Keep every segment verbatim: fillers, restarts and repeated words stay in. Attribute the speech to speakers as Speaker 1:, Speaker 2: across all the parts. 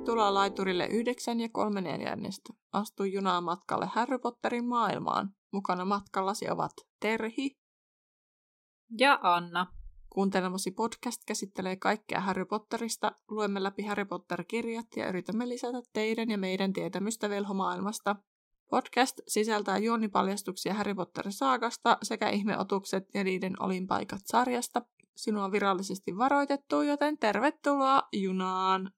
Speaker 1: Tervetuloa laiturille yhdeksän ja kolme neljännestä. Astu junaan matkalle Harry Potterin maailmaan. Mukana matkallasi ovat Terhi
Speaker 2: ja Anna.
Speaker 1: Kuuntelemasi podcast käsittelee kaikkea Harry Potterista. Luemme läpi Harry Potter-kirjat ja yritämme lisätä teidän ja meidän tietämystä velhomaailmasta. Podcast sisältää juonipaljastuksia Harry Potter-saagasta sekä ihmeotukset ja niiden olinpaikat sarjasta. Sinua on virallisesti varoitettu, joten tervetuloa junaan!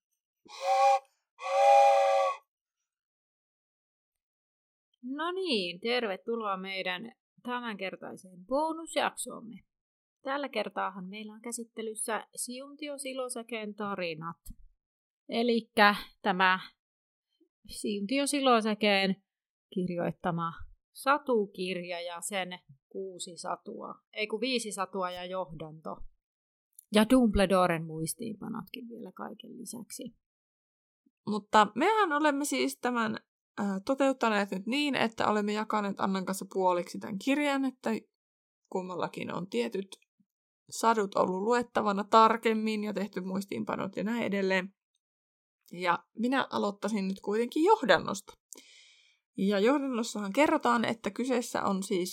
Speaker 2: No niin, tervetuloa meidän tämänkertaiseen bonusjaksoomme. Tällä kertaahan meillä on käsittelyssä Siuntio Silosäkeen tarinat. Elikkä tämä Siuntio Silosäkeen kirjoittama satukirja ja sen kuusi satua, ei kun viisi satua ja johdanto. Ja Dumbledoren muistiinpanotkin vielä kaiken lisäksi.
Speaker 1: Mutta mehän olemme siis tämän äh, toteuttaneet nyt niin, että olemme jakaneet Annan kanssa puoliksi tämän kirjan, että kummallakin on tietyt sadut ollut luettavana tarkemmin ja tehty muistiinpanot ja näin edelleen. Ja minä aloittaisin nyt kuitenkin johdannosta. Ja johdannossahan kerrotaan, että kyseessä on siis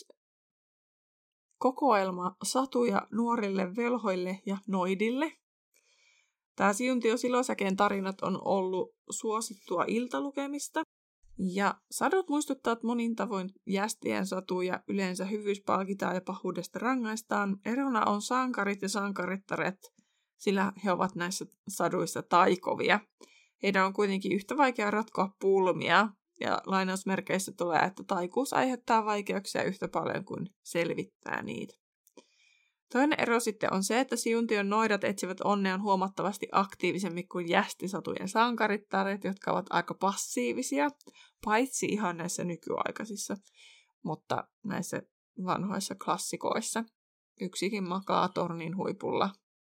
Speaker 1: kokoelma satuja nuorille velhoille ja noidille. Tämä Siuntio Silosäkeen tarinat on ollut suosittua iltalukemista. Ja sadut muistuttavat monin tavoin jästien satuja, yleensä hyvyys palkitaan ja pahuudesta rangaistaan. Erona on sankarit ja sankarittaret, sillä he ovat näissä saduissa taikovia. Heidän on kuitenkin yhtä vaikea ratkoa pulmia, ja lainausmerkeissä tulee, että taikuus aiheuttaa vaikeuksia yhtä paljon kuin selvittää niitä. Toinen ero sitten on se, että Siuntion noidat etsivät onneaan huomattavasti aktiivisemmin kuin jästisatujen sankarittaret, jotka ovat aika passiivisia, paitsi ihan näissä nykyaikaisissa, mutta näissä vanhoissa klassikoissa. Yksikin makaa tornin huipulla.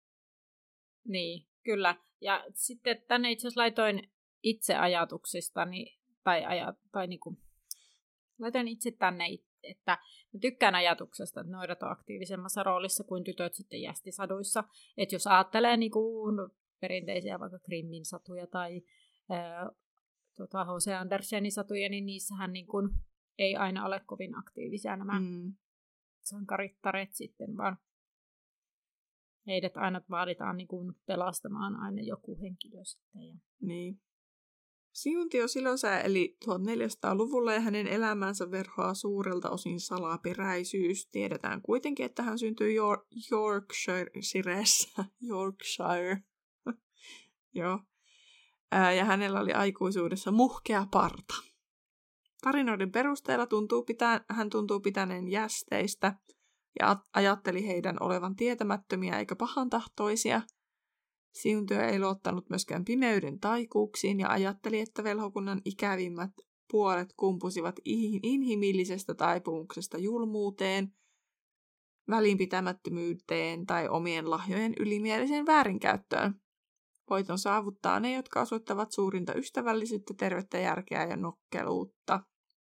Speaker 2: Niin, kyllä. Ja sitten tänne itse asiassa laitoin itse ajatuksistani, tai, aja, tai niinku, laitoin itse tänne, että mä tykkään ajatuksesta, että noidat on aktiivisemmassa roolissa kuin tytöt sitten jästisaduissa. Että jos ajattelee niinku perinteisiä vaikka Grimmin satuja tai ää, tota H C Andersenin satuja, niin niissähän niinku ei aina ole kovin aktiivisia nämä mm. sankarittaret sitten, vaan heidät aina vaaditaan niinku pelastamaan aina joku henkilö sitten. Ja...
Speaker 1: Niin. Siuntio Silosää eli tuhatneljäsataaluvulla ja hänen elämänsä verhoaa suurelta osin salaperäisyys. Tiedetään kuitenkin, että hän syntyi York- Yorkshiressa. Yorkshire. Joo. Ää, ja hänellä oli aikuisuudessa muhkea parta. Tarinoiden perusteella tuntuu pitää, hän tuntuu pitäneen jästeistä ja ajatteli heidän olevan tietämättömiä eikä pahantahtoisia. Siuntio ei luottanut myöskään pimeyden taikuuksiin ja ajatteli, että velhokunnan ikävimmät puolet kumpusivat inhimillisestä taipumuksesta julmuuteen, välinpitämättömyyteen tai omien lahjojen ylimieliseen väärinkäyttöön. Voiton saavuttaa ne, jotka osoittavat suurinta ystävällisyyttä, tervettä järkeä ja nokkeluutta.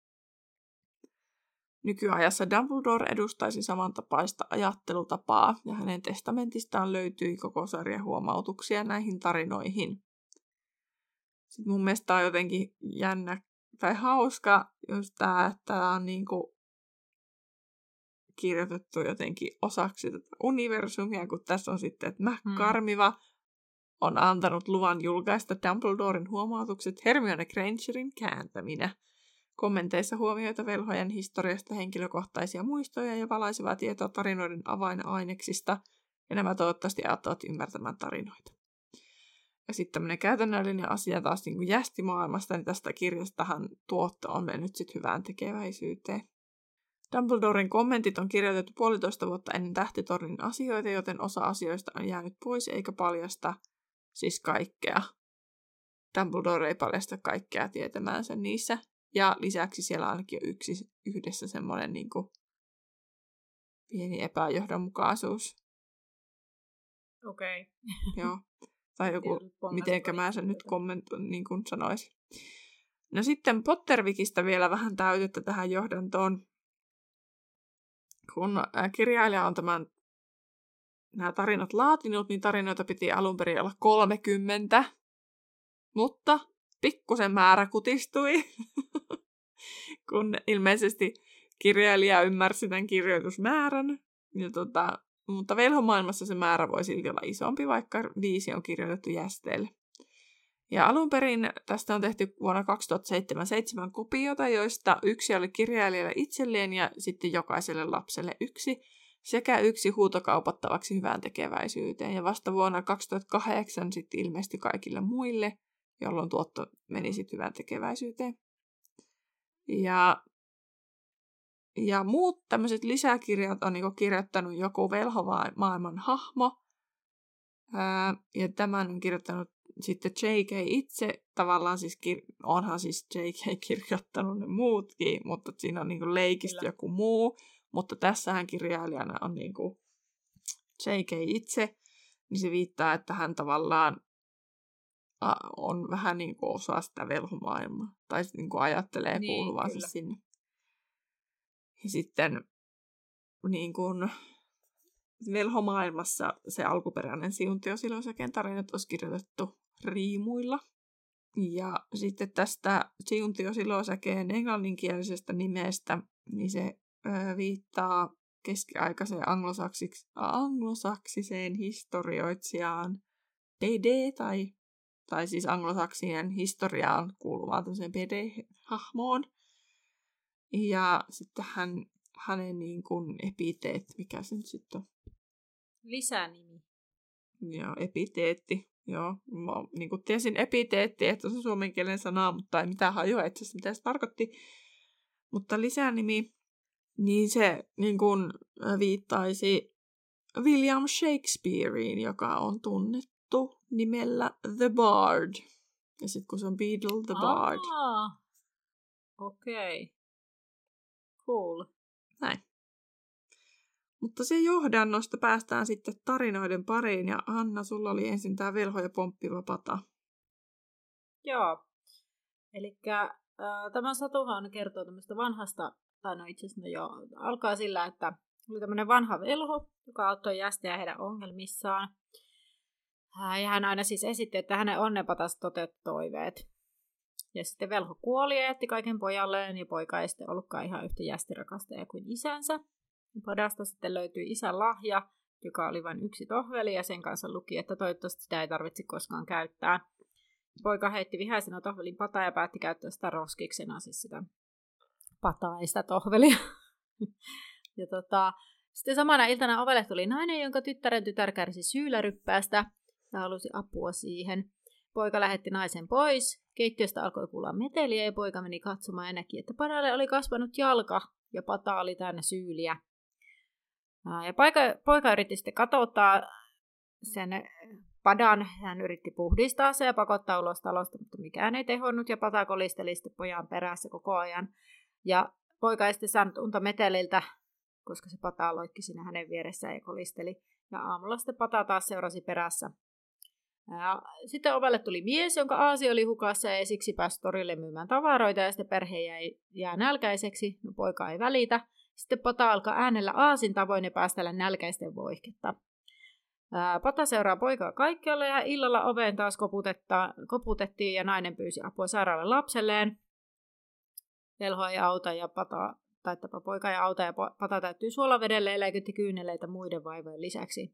Speaker 1: Nykyajassa Dumbledore edustaisi samantapaista ajattelutapaa, ja hänen testamentistaan löytyi koko sarja huomautuksia näihin tarinoihin. Sitten mun mielestä on jotenkin jännä tai hauska just tämä, että tämä on niinku kirjoitettu jotenkin osaksi tätä universumia, kun tässä on sitten, että McCormiva hmm. on antanut luvan julkaista Dumbledoren huomautukset Hermione Grangerin kääntäminä. Kommenteissa huomioita velhojen historiasta henkilökohtaisia muistoja ja valaisevaa tietoa tarinoiden avainaineksista, ja nämä toivottavasti auttavat ymmärtämään tarinoita. Ja sitten tämmöinen käytännöllinen asia taas niin kuin jästimaailmasta, niin tästä kirjastahan tuotto on mennyt sitten hyvään tekeväisyyteen. Dumbledoren kommentit on kirjoitettu puolitoista vuotta ennen Tähtitornin asioita, joten osa asioista on jäänyt pois eikä paljasta siis kaikkea. Dumbledore ei paljasta kaikkea tietämäänsä niissä. Ja lisäksi siellä ainakin on yksi yhdessä semmoinen niin kuin pieni epäjohdonmukaisuus.
Speaker 2: Okei.
Speaker 1: Okay. Joo. Tai joku, mitenkä mä sen nyt kommentoin, niin kuin sanoisin. No sitten Pottervikistä vielä vähän täytettä tähän johdantoon. Kun kirjailija on tämän, nämä tarinat laatinut, niin tarinoita piti alun perin olla kolmekymmentä. Mutta pikkusen määrä kutistui, kun ilmeisesti kirjailija ymmärsi tämän kirjoitusmäärän. Ja tota, mutta velhomaailmassa se määrä voi silti olla isompi, vaikka viisi on kirjoitettu jästeelle. Ja alun perin tästä on tehty vuonna kaksituhattaseitsemän seitsemän kopiota, joista yksi oli kirjailijalle itselleen ja sitten jokaiselle lapselle yksi, sekä yksi huutokaupattavaksi hyvään tekeväisyyteen. Ja vasta vuonna kaksituhattakahdeksan sitten ilmestyi kaikille muille, jolloin tuotto meni sitten hyvään tekeväisyyteen. Ja, ja muut tämmöiset lisäkirjat on niinku kirjoittanut joku velhomaailman hahmo, ää, ja tämän on kirjoittanut sitten J K itse, tavallaan siis kir- onhan siis J K kirjoittanut ne muutkin, mutta siinä on niinku leikistä joku muu, mutta tässähän kirjailijana on niinku J K itse, niin se viittaa, että hän tavallaan a, on vähän niinku osa sitä velhomaailmaa, tai niinku ajattelee niin, kuuluvansa kyllä. Sinne. Ja sitten niin kuin velhomaailmassa se alkuperäinen Siuntio Silosäkeen tarinat olisi kirjoitettu riimuilla. Ja sitten tästä Siuntio Silosäkeen englanninkielisestä nimestä, niin se ö, viittaa keskiaikaiseen anglosaksiksi, anglosaksiseen historioitsijaan B D, tai, tai siis anglosaksien historiaan kuuluvaan tämmöiseen B D-hahmoon. Ja sitten hän, hänen niin kuin epiteet, mikä se nyt sitten on?
Speaker 2: Lisänimi.
Speaker 1: Joo, epiteetti. Joo, mä niin kuin tiesin epiteetti, että se on suomen kielen sana, mutta ei mitään hajua itse asiassa, mitä se tarkoitti. Mutta lisänimi, niin se niin kuin viittaisi William Shakespeareen, joka on tunnettu nimellä The Bard. Ja sitten kun se on Beadle the Bard.
Speaker 2: Ah, okei. Okay. Cool.
Speaker 1: Näin. Mutta se johdannosta päästään sitten tarinoiden pariin, ja Anna, sulla oli ensin tämä velho ja pomppiva pata.
Speaker 2: Joo. Elikkä äh, tämä satuhan kertoo tämmöistä vanhasta, tai no itse asiassa no joo, alkaa sillä, että oli tämmöinen vanha velho, joka auttoi jästejä heidän ongelmissaan. Äh, ja hän aina siis esitti, että hänen onnenpatansa toteutti toiveet. Ja sitten velho kuoli ja jätti kaiken pojalleen, ja poika ei sitten ollutkaan ihan yhtä jästirakastaja kuin isänsä. Padasta sitten löytyi isän lahja, joka oli vain yksi tohveli, ja sen kanssa luki, että toivottavasti sitä ei tarvitse koskaan käyttää. Poika heitti vihaisena tohvelin pataa ja päätti käyttää sitä roskiksena, siis sitä pataa, ei sitä tohvelia. ja tota, sitten samana iltana ovelle tuli nainen, jonka tyttären tytär kärsi syyläryppäästä ja halusi apua siihen. Poika lähetti naisen pois, keittiöstä alkoi kuulla meteliä ja poika meni katsomaan ja näki, että padalle oli kasvanut jalka ja pata oli täynnä syyliä. Ja poika, poika yritti sitten katottaa sen padan, hän yritti puhdistaa se ja pakottaa ulos talosta, mutta mikään ei tehonnut ja pata kolisteli sitten pojan perässä koko ajan. Ja poika ei sitten saanut unta meteliltä, koska se pata loikki siinä hänen vieressään ja kolisteli. Ja aamulla sitten pata taas seurasi perässä. Ja sitten ovelle tuli mies, jonka aasi oli hukassa ja siksi pääsi torille myymään tavaroita ja sitten perhe jäi, jää nälkäiseksi. No poika ei välitä. Sitten pata alkaa äänellä aasin tavoin ja päästellä nälkäisten voihketta. Ää, pata seuraa poikaa kaikkialle ja illalla oveen taas koputettiin ja nainen pyysi apua sairaalle lapselleen. Velho ei auta ja pata, tai poika ei auta ja pata täytyy suolavedelle ja läikytti kyyneleitä muiden vaivojen lisäksi.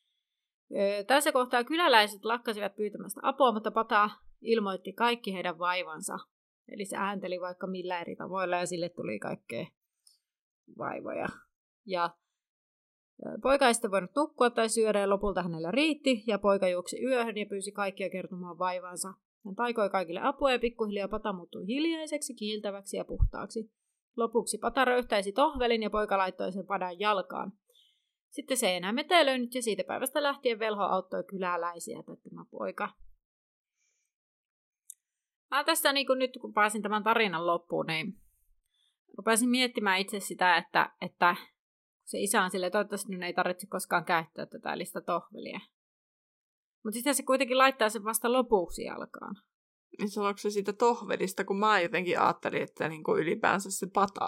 Speaker 2: Tässä kohtaa kyläläiset lakkasivat pyytämästä apua, mutta pata ilmoitti kaikki heidän vaivansa. Eli se äänteli vaikka millä eri tavoilla ja sille tuli kaikkea vaivoja. Ja poika ei sitten voinut nukkua tai syödä ja lopulta hänellä riitti ja poika juoksi yöhön ja pyysi kaikkia kertomaan vaivansa. Hän taikoi kaikille apua ja pikkuhiljaa pata muuttui hiljaiseksi, kiiltäväksi ja puhtaaksi. Lopuksi pata röyhtäisi tohvelin ja poika laittoi sen padan jalkaan. Sitten se ei enää metelöinyt ja siitä päivästä lähtien velho auttoi kyläläisiä, että tämä poika. Mä tässä niin kun nyt kun pääsin tämän tarinan loppuun, niin rupesin miettimään itse sitä, että, että se isä on silleen, toivottavasti nyt ei tarvitse koskaan käyttää tätä eli sitä tohvelia. Mutta sitten se kuitenkin laittaa sen vasta lopuksi jalkaan.
Speaker 1: Niin sanoiko se siitä tohvelista, kun mä jotenkin ajattelin, että niin kuin ylipäänsä se pata.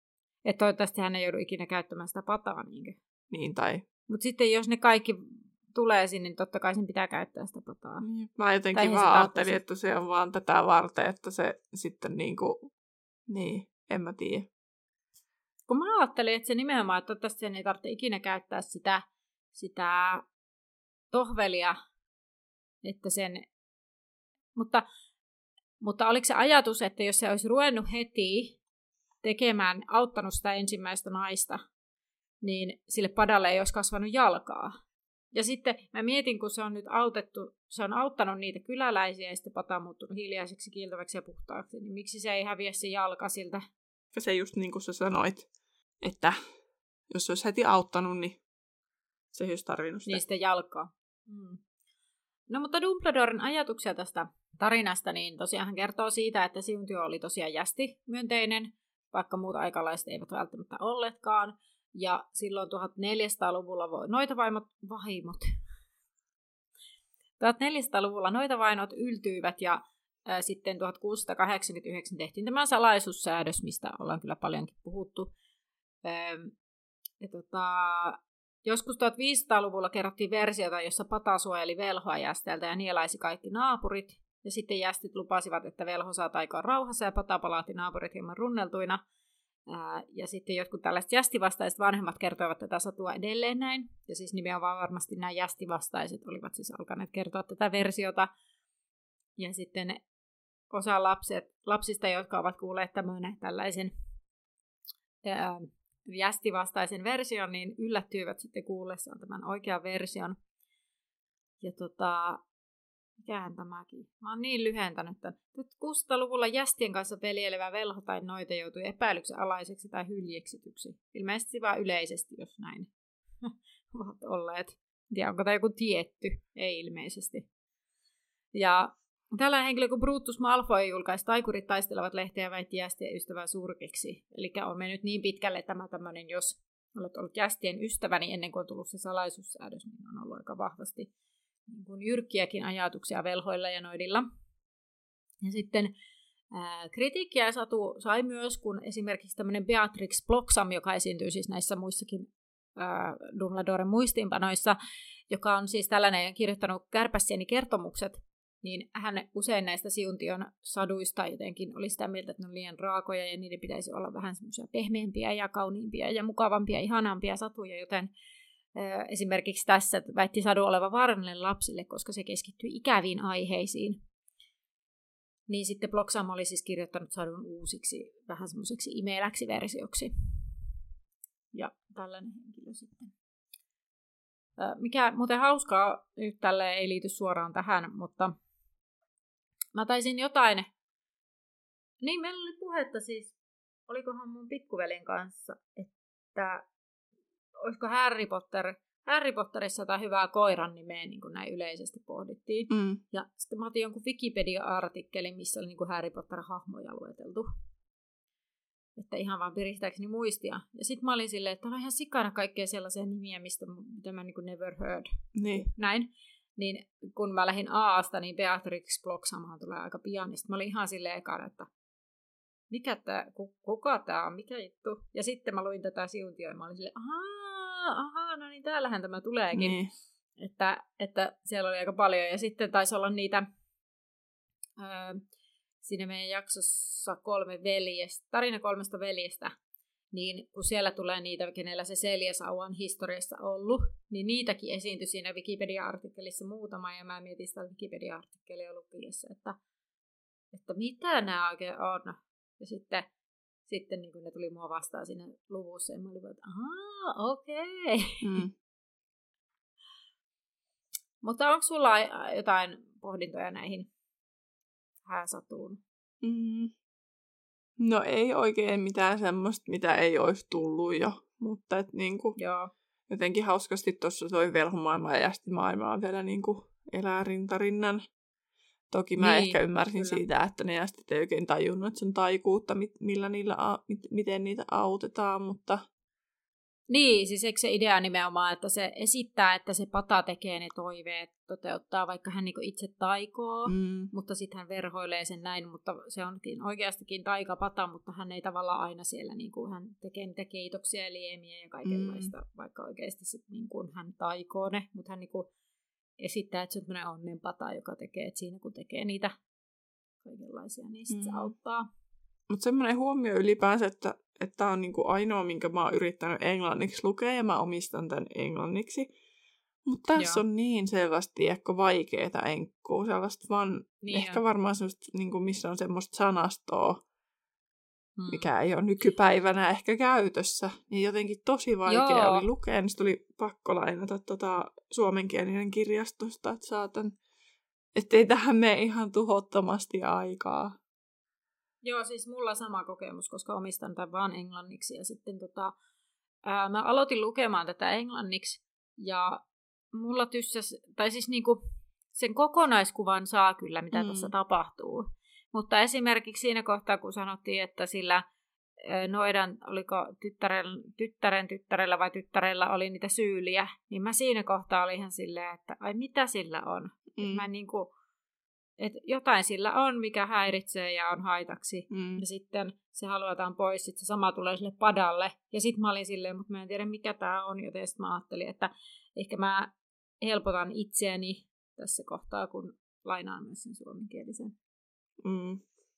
Speaker 2: Että toivottavasti hän ei joudu ikinä käyttämään sitä pataa. Niinkö?
Speaker 1: Niin, tai...
Speaker 2: Mutta sitten jos ne kaikki tulee sinne, niin totta kai sen pitää käyttää sitä pataa.
Speaker 1: Niin. Mä jotenkin vaan ajattelin, että se on vaan tätä varten, että se sitten niinku, niin, en mä tiedä.
Speaker 2: Kun mä ajattelin, että se nimenomaan, että toivottavasti sen ei tarvitse ikinä käyttää sitä, sitä tohvelia, että sen, mutta, mutta oliko se ajatus, että jos se olisi ruvennut heti tekemään, auttanut sitä ensimmäistä naista, niin sille padalle ei olisi kasvanut jalkaa. Ja sitten mä mietin, kun se on nyt autettu, se on auttanut niitä kyläläisiä ja sitten pata on muuttunut hiljaiseksi, kiiltäväksi ja puhtaaksi, niin miksi se ei häviä se jalka siltä?
Speaker 1: Ja se just niin kuin sä sanoit, että jos se olisi heti auttanut, niin se ei olisi tarvinnut sitä.
Speaker 2: Niin sitä jalkaa. Mm. No mutta Dumbledoren ajatuksia tästä tarinasta, niin tosiaan hän kertoo siitä, että siuntio oli tosiaan jästi myönteinen, vaikka muut aikalaiset eivät välttämättä olleetkaan. Ja silloin tuhatneljäsataaluvulla noita vaimot, vaimot. tuhatneljäsataaluvulla noita vainot yltyivät ja ää, sitten tuhatkuusisataakahdeksankymmentäyhdeksän tehtiin tämä salaisuussäädös, mistä ollaan kyllä paljonkin puhuttu. Ää, ja tota, joskus tuhatviisisataaluvulla kerrottiin versiota, jossa pata suojeli velhoa jästeeltä ja nielaisi kaikki naapurit. Ja sitten jästit lupasivat, että velho saa taikaa rauhassa ja pata palaati naapurit hieman runneltuina. Ää, ja sitten jotkut tällaiset jästivastaiset vanhemmat kertoivat tätä satua edelleen näin. Ja siis nimenomaan varmasti nämä jästivastaiset olivat siis alkaneet kertoa tätä versiota. Ja sitten osa lapset, lapsista, jotka ovat kuulleet tämän tällaisen ää, jästivastaisen version, niin yllättyivät sitten kuullessaan tämän oikean version. Ja tota... Mikähän tämäkin? Mä oon niin lyhentänyt tämän. kuusisataaluvulla jästien kanssa pelielevä velho tai noita joutui epäilyksen alaiseksi tai hyljeksityksi. Ilmeisesti vaan yleisesti, jos näin ovat olleet. En tiedä, onko tämä joku tietty? Ei ilmeisesti. Ja tällainen henkilö kuin Brutus Malfoy julkaisi Taikurit taistelevat lehteä ja väitti jästien ystävää surkeksi. Eli on mennyt niin pitkälle tämä tämmöinen, jos olet ollut jästien ystäväni ennen kuin on tullut se salaisuussäädös, niin on ollut aika vahvasti niin kuin jyrkkiäkin ajatuksia velhoilla ja noidilla. Ja sitten ää, kritiikkiä Satu sai myös, kun esimerkiksi tämmöinen Beatrix Bloxam, joka esiintyy siis näissä muissakin ää, Dumbledoren muistiinpanoissa, joka on siis tällainen kirjoittanut Kärpäsieni kertomukset, niin hän usein näistä Siuntion saduista jotenkin oli sitä mieltä, että ne on liian raakoja ja niiden pitäisi olla vähän semmoisia pehmeämpiä ja kauniimpia ja mukavampia, ihanampia satuja, joten esimerkiksi tässä väitti sadu olevan vaarallinen lapsille, koska se keskittyi ikäviin aiheisiin. Niin sitten Bloxam oli siis kirjoittanut sadun uusiksi, vähän semmoiseksi imeläksi versioksi. Ja tällainen henkilö sitten. Mikä muuten hauskaa, nyt tälle ei liity suoraan tähän, mutta mä taisin jotain, niin meillä oli puhetta siis, olikohan mun pikkuvelin kanssa, että olisiko Harry Potter, Harry Potterissa jotain hyvää koiran nimeä, niin kuin näin yleisesti pohdittiin. Mm. Ja sitten mä otin jonkun Wikipedia-artikkelin, missä oli niin kuin Harry Potter-hahmoja lueteltu. Että ihan vaan piristääkseni muistia. Ja sitten mä olin silleen, että on ihan sikana kaikkea sellaisia nimiä, mistä, mitä mä niin kuin never heard.
Speaker 1: Niin.
Speaker 2: Näin. Niin kun mä lähdin Aasta, niin Beatrix Bloxamhan tulee aika pian. Niin mä olin ihan silleen ekana, että mikä tää, kuka tää on, mikä juttu. Ja sitten mä luin tätä siuntioa ja mä olin silleen, ahaa, ahaa, no niin täällähän tämä tuleekin. Niin. Että, että siellä oli aika paljon. Ja sitten taisi olla niitä, öö, siinä meidän jaksossa kolme veljestä, tarina kolmesta veljestä, niin kun siellä tulee niitä, kenellä se Seljäsauva on historiassa ollut, niin niitäkin esiintyi siinä Wikipedia-artikkelissa muutama, ja mä mietin sitä Wikipedia-artikkelia lukiessa, että, että mitä nämä oikein on. Ja sitten, sitten niin kun ne tuli mua vastaan siinä luvussa, ja mä olin, että ahaa, okei. Okay. Mm. Mutta onko sulla jotain pohdintoja näihin hääsatuun?
Speaker 1: Mm. No ei oikein mitään semmoista, mitä ei olisi tullut jo, mutta et niinku,
Speaker 2: Joo.
Speaker 1: jotenkin hauskasti tuossa toi velhomaailma ja jästimaailma on vielä niinku elää rintarinnan. Toki mä niin, ehkä ymmärsin kyllä. siitä, että ne jästit ei oikein tajunnut sen taikuutta, millä niillä, miten niitä autetaan, mutta
Speaker 2: Niin, siis eikö se idea nimenomaan, että se esittää, että se pata tekee ne toiveet, toteuttaa, vaikka hän niinku itse taikoo,
Speaker 1: Mm.
Speaker 2: mutta sitten hän verhoilee sen näin, mutta se onkin oikeastikin taikapata, mutta hän ei tavallaan aina siellä, niinku, hän tekee niitä kiitoksia ja liemiä ja kaikenlaista, mm. vaikka oikeasti sit, niinku, hän taikoo ne, mutta hän niinku, esittää, että se on tämmöinen onnenpata, joka tekee, että siinä kun tekee niitä kaikenlaisia, niin sit mm. se auttaa.
Speaker 1: Mutta semmoinen huomio ylipäänsä, että tämä on niinku ainoa, minkä mä oon yrittänyt englanniksi lukea, ja mä omistan tämän englanniksi. Mutta tässä Joo. on niin selvästi ehkä vaikeeta enkkuu, sellaista vaan, niin ehkä on. Varmaan semmoista, niinku, missä on semmoista sanastoa, hmm. mikä ei ole nykypäivänä ehkä käytössä. Niin jotenkin tosi vaikea Joo. oli lukea, niin tuli pakko lainata tota suomenkielinen kirjastosta, että saatan, ettei tähän mene ihan tuhottomasti aikaa.
Speaker 2: Joo, siis mulla sama kokemus, koska omistan tämän vaan englanniksi. Ja sitten tota, ää, mä aloitin lukemaan tätä englanniksi. Ja mulla tyssäs, tai siis niinku, sen kokonaiskuvan saa kyllä, mitä mm. tässä tapahtuu. Mutta esimerkiksi siinä kohtaa, kun sanottiin, että sillä noidan, oliko tyttären, tyttären tyttärellä vai tyttärellä oli niitä syyliä, niin mä siinä kohtaa olin ihan silleen, että ai mitä sillä on? Mm. Mä niinku... Että jotain sillä on, mikä häiritsee ja on haitaksi. Mm. Ja sitten se halutaan pois, sitten se sama tulee sille padalle. Ja sitten mä olin silleen, mutta mä en tiedä mikä tää on. Joten sitten mä ajattelin, että ehkä mä helpotan itseäni tässä kohtaa, kun lainaan myös sen suomenkielisen.
Speaker 1: Mm.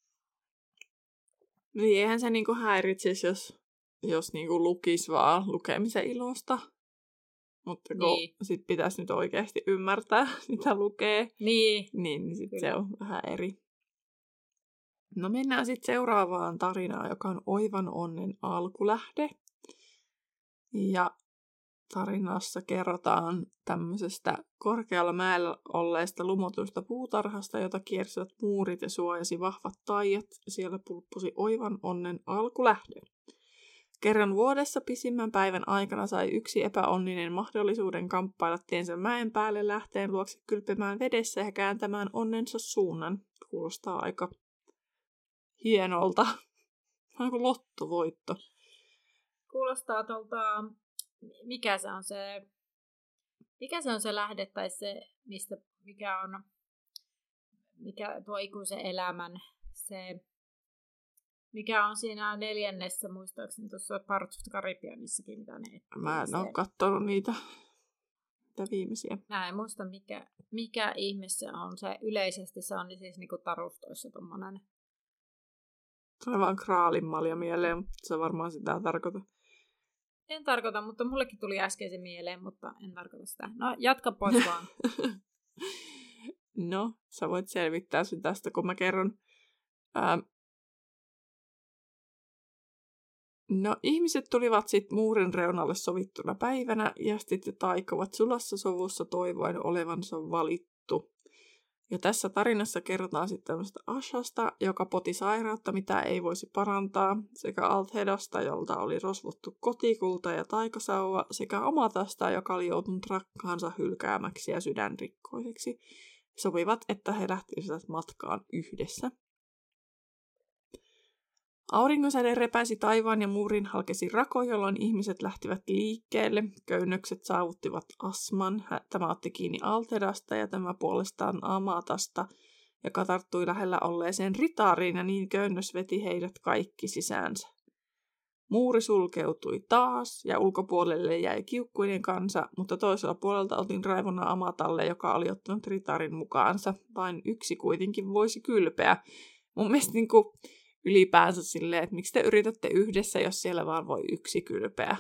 Speaker 1: Niin eihän se niinku häiritsisi, jos, jos niinku lukisi vaan lukemisen ilosta. Mutta kun niin. sit pitäisi nyt oikeasti ymmärtää, mitä lukee,
Speaker 2: niin,
Speaker 1: niin, niin sitten se on vähän eri. No mennään sitten seuraavaan tarinaan, joka on Oivan onnen alkulähde. Ja tarinassa kerrotaan tämmöisestä korkealla mäellä olleesta lumotusta puutarhasta, jota kiersivät muurit ja suojasi vahvat taijat. Siellä pulppusi Oivan onnen alkulähde. Kerran vuodessa pisimmän päivän aikana sai yksi epäonninen mahdollisuuden kamppailla tiensä mäen päälle lähteen luokse kylpemään vedessä ja kääntämään onnensa suunnan. Kuulostaa aika hienolta. Vähän kuin lottovoitto.
Speaker 2: Kuulostaa tuolta, mikä se on se, mikä se on se lähde tai se, mistä, mikä on, mikä tuo ikuisen elämän, se... Mikä on siinä neljännessä, muistaakseni tuossa Parts of the Caribbeanissakin, mitä ne etsii.
Speaker 1: Mä en ole katsonut niitä, niitä viimeisiä.
Speaker 2: Mä en muista, mikä, mikä ihme se on. Se yleisesti se on siis niinku tarustoissa tommonen.
Speaker 1: Tulee vaan kraalinmalja mieleen, mutta se varmaan sitä tarkoita.
Speaker 2: En tarkoita, mutta mullekin tuli äsken se mieleen, mutta en tarkoita sitä. No, jatka pois vaan.
Speaker 1: No, sä voit selvittää sen tästä, kun mä kerron. Ää, No, ihmiset tulivat sitten muurin reunalle sovittuna päivänä, jästit ja taikovat sulassa sovussa toivoen olevansa valittu. Ja tässä tarinassa kerrotaan sitten tämmöistä Ashasta, joka poti sairautta, mitä ei voisi parantaa, sekä Althedasta, jolta oli rosvottu kotikulta ja taikasauva, sekä Omatasta, joka oli joutunut rakkaansa hylkäämäksi ja sydänrikkoiseksi. Sopivat, että he lähtisivät matkaan yhdessä. Auringonsäde repäisi taivaan ja muurin halkesi rako, jolloin ihmiset lähtivät liikkeelle. Köynnökset saavuttivat Asman. Tämä otti kiinni Althedasta ja tämä puolestaan Amatasta, joka tarttui lähellä olleeseen ritaariin ja niin köynnös veti heidät kaikki sisäänsä. Muuri sulkeutui taas ja ulkopuolelle jäi kiukkuinen kansa, mutta toisella puolelta otin raivona Amatalle, joka oli ottanut ritaarin mukaansa. Vain yksi kuitenkin voisi kylpeä. Mun mielestä niin kuin ylipäänsä silleen, että miksi te yritätte yhdessä, jos siellä vaan voi yksi kylpeä?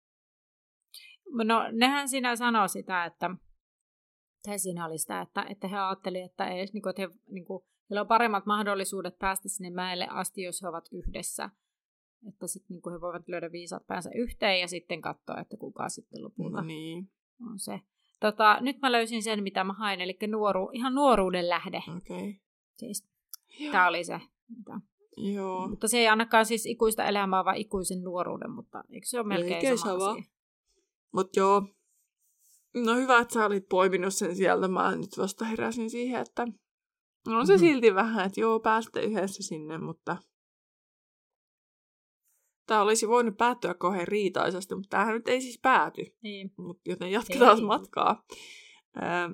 Speaker 2: No, nehän siinä sanoo sitä, että tai siinä oli sitä, että, että he ajattelivat, että, ei, niin kuin, että he, niin kuin, heillä on paremmat mahdollisuudet päästä sinne mäelle asti, jos he ovat yhdessä. Että sitten niin kuin he voivat löydä viisaat päänsä yhteen ja sitten katsoa, että kuka sitten lopulta
Speaker 1: no niin.
Speaker 2: on se. Tota, nyt mä löysin sen, mitä mä hain, eli nuoru, ihan nuoruuden lähde.
Speaker 1: Okay.
Speaker 2: Siis, tämä oli se. Mitä.
Speaker 1: Joo.
Speaker 2: Mutta se ei annakaan siis ikuista elämää, vaan ikuisen nuoruuden, mutta eikö se ole melkein Melkein sama, sama asia?
Speaker 1: Mutta joo, no hyvä, että sä olit poiminut sen sieltä. Mä nyt vasta heräsin siihen, että no se mm-hmm. silti vähän, että joo, pääsitte yhdessä sinne, mutta tämä olisi voinut päättyä kauhean riitaisesti, mutta tämähän nyt ei siis pääty.
Speaker 2: Niin.
Speaker 1: Mut, joten jatketaan
Speaker 2: ei.
Speaker 1: matkaa. Ää,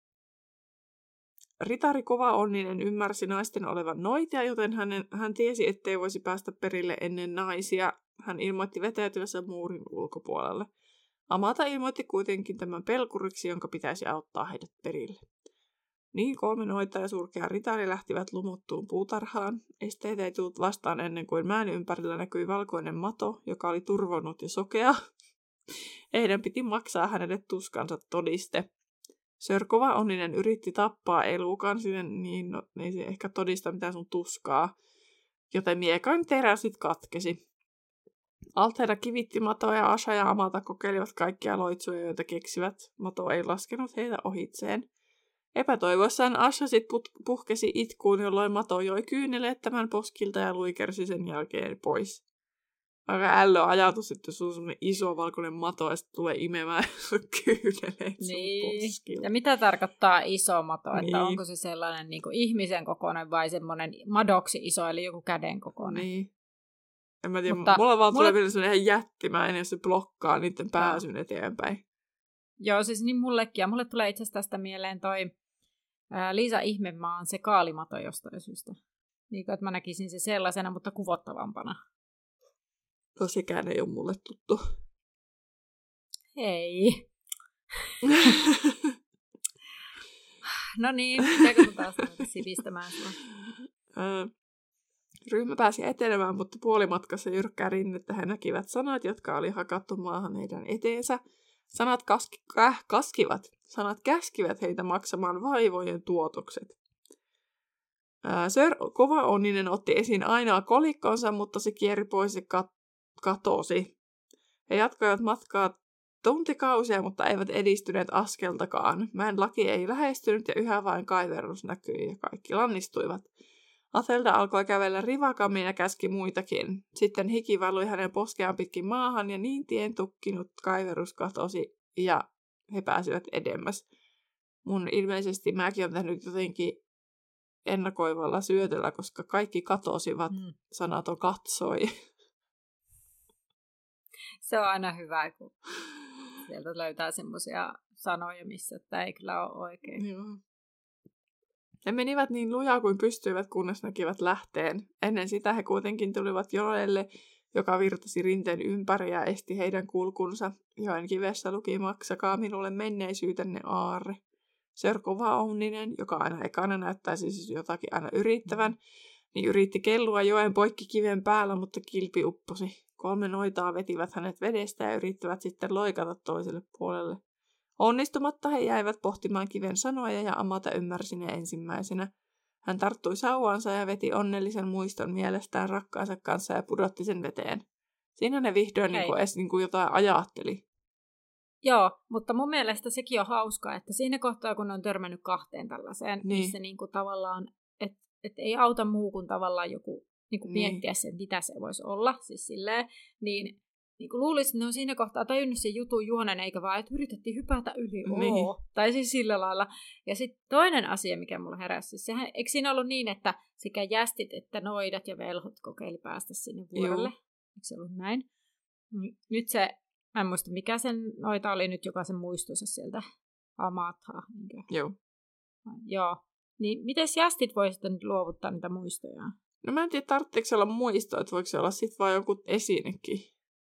Speaker 1: Ritari Kova Onninen ymmärsi naisten olevan noitia, joten hänen, hän tiesi, ettei voisi päästä perille ennen naisia. Hän ilmoitti vetäytyvänsä muurin ulkopuolelle. Amata ilmoitti kuitenkin tämän pelkuriksi, jonka pitäisi auttaa heidät perille. Niin kolme noita ja surkea ritari lähtivät lumuttuun puutarhaan. Esteitä ei tullut vastaan ennen kuin mäen ympärillä näkyi valkoinen mato, joka oli turvonnut ja sokea. Heidän piti maksaa hänelle tuskansa todiste. Sir Kova Onninen yritti tappaa elukan, siten niin no, ei se ehkä todista mitään sun tuskaa, joten miekan terä sit katkesi. Alteena kivitti Mato ja Asha ja Amata kokeilivat kaikkia loitsuja, joita keksivät. Mato ei laskenut heitä ohitseen. Epätoivoissaan Asha sit put- puhkesi itkuun, jolloin Mato joi kyyneleet tämän poskilta ja luikersi sen jälkeen pois. Aika ällö ajatus, että sun on semmoinen iso valkoinen mato ja sitten tulee imemään kyyneleet sun
Speaker 2: niin.
Speaker 1: poskilta.
Speaker 2: Ja mitä tarkoittaa iso mato?
Speaker 1: Niin.
Speaker 2: Että onko se sellainen niin kuin ihmisen kokoinen vai semmoinen madoksi iso, eli joku käden kokoinen?
Speaker 1: Niin. En mä tiedä,
Speaker 2: Mutta
Speaker 1: mulla vaan tulee
Speaker 2: mulle...
Speaker 1: vielä semmoinen ihan jättimäinen, jos se blokkaa niiden pääsyn no. eteenpäin.
Speaker 2: Joo, siis niin mullekin. Ja mulle tulee itse asiassa tästä mieleen toi ää, Liisa Ihmemaan se kaalimato jostain syystä. Niin kuin, että mä näkisin se sellaisena, mutta kuvottavampana.
Speaker 1: No sekään ei ole mulle tuttu.
Speaker 2: Hei. No niin, pitääkö mä taas sivistämään sua?
Speaker 1: Ryhmä pääsi etenemään, mutta puolimatkassa jyrkkää rinnettä he näkivät sanat, jotka oli hakattu maahan heidän eteensä. Sanat kaski, äh, kaskivat. Sanat käskivät heitä maksamaan vaivojen tuotokset. Ää, Sir Kova Onninen otti esiin ainoa kolikkonsa, mutta se kieri pois ja kat- katosi. He jatkoivat matkaa tuntikausia, mutta eivät edistyneet askeltakaan. Mäen laki ei lähestynyt ja yhä vain kaiverrus näkyi ja kaikki lannistuivat. Athelda alkoi kävellä rivakammin ja käski muitakin. Sitten hiki valui hänen poskeaan pitkin maahan ja niin tien tukkinut kaiverus katosi ja he pääsivät edemmäs. Mun ilmeisesti mäkin olen tehnyt jotenkin ennakoivalla syötöllä, koska kaikki katosivat. Mm. Sanaton katsoi.
Speaker 2: Se on aina hyvä, kun sieltä löytää semmoisia sanoja, missä tämä ei kyllä ole oikein.
Speaker 1: Joo. He menivät niin lujaa kuin pystyivät, kunnes näkivät lähteen. Ennen sitä he kuitenkin tulivat joelle, joka virtasi rinteen ympäri ja esti heidän kulkunsa. Joen kivessä luki maksakaa minulle menneisyytenne aarre. Sir Kova Onninen, joka aina ekana näyttäisi siis jotakin aina yrittävän, niin yritti kellua joen poikki kiven päällä, mutta kilpi upposi. Kolme noitaa vetivät hänet vedestä ja yrittivät sitten loikata toiselle puolelle. Onnistumatta he jäivät pohtimaan kiven sanoja ja Amata ymmärsi ne ensimmäisenä. Hän tarttui sauvaansa ja veti onnellisen muiston mielestään rakkaansa kanssa ja pudotti sen veteen. Siinä ne vihdoin niin kuin edes niin kuin jotain ajatteli.
Speaker 2: Joo, mutta mun mielestä sekin on hauskaa, että siinä kohtaa, kun on törmännyt kahteen tällaiseen, niin. missä niin kuin tavallaan, että et ei auta muu kuin tavallaan joku niin kuin niin. miettiä sen, mitä se voisi olla, siis silleen, niin, niin kuin luulisin, että ne on siinä kohtaa tajunnut sen jutun juonen, eikä vaan, että yritettiin hypätä yli,
Speaker 1: niin.
Speaker 2: oo. Tai siis sillä lailla. Ja sitten toinen asia, mikä mulla heräsi, siis sehän, eikö siinä ollut niin, että sekä jästit että noidat ja velhot kokeili päästä sinne vuorelle? Joo. Eikö se ollut näin? Nyt se, mä en muista mikä sen noita oli nyt, joka sen muistossa sieltä Amatha.
Speaker 1: Joo.
Speaker 2: Joo. Niin miten jästit voi sitten nyt luovuttaa niitä muistoja?
Speaker 1: No mä en tiedä, tarvitseeko se olla muisto, että voiko se olla sitten vaan joku esinekin.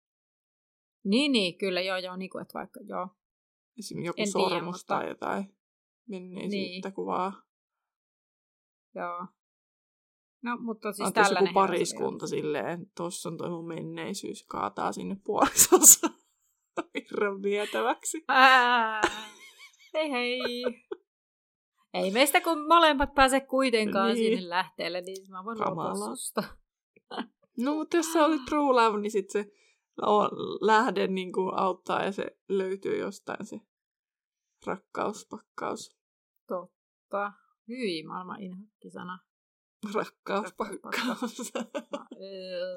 Speaker 2: Niin, niin, kyllä, joo, joo, niin kuin, että vaikka, joo.
Speaker 1: Esimerkiksi joku en sormus tiedä, tai mutta... jotain menneisyyttä niin. Kuvaa.
Speaker 2: Joo. No, mutta siis
Speaker 1: Antais
Speaker 2: tällainen...
Speaker 1: joku pariskunta silleen, tossa on toi mun menneisyys, kaataa sinne puolisonsa virran vietäväksi.
Speaker 2: Ää, hei hei. Ei meistä kun molemmat pääse kuitenkaan niin. sinne lähteelle, niin mä voin luopua susta.
Speaker 1: No, mutta jos se oli true love, niin sit se lähde niin kuin auttaa ja se löytyy jostain se rakkauspakkaus.
Speaker 2: Totta. Hyi, maailman inhokkisana.
Speaker 1: Rakkauspakkaus.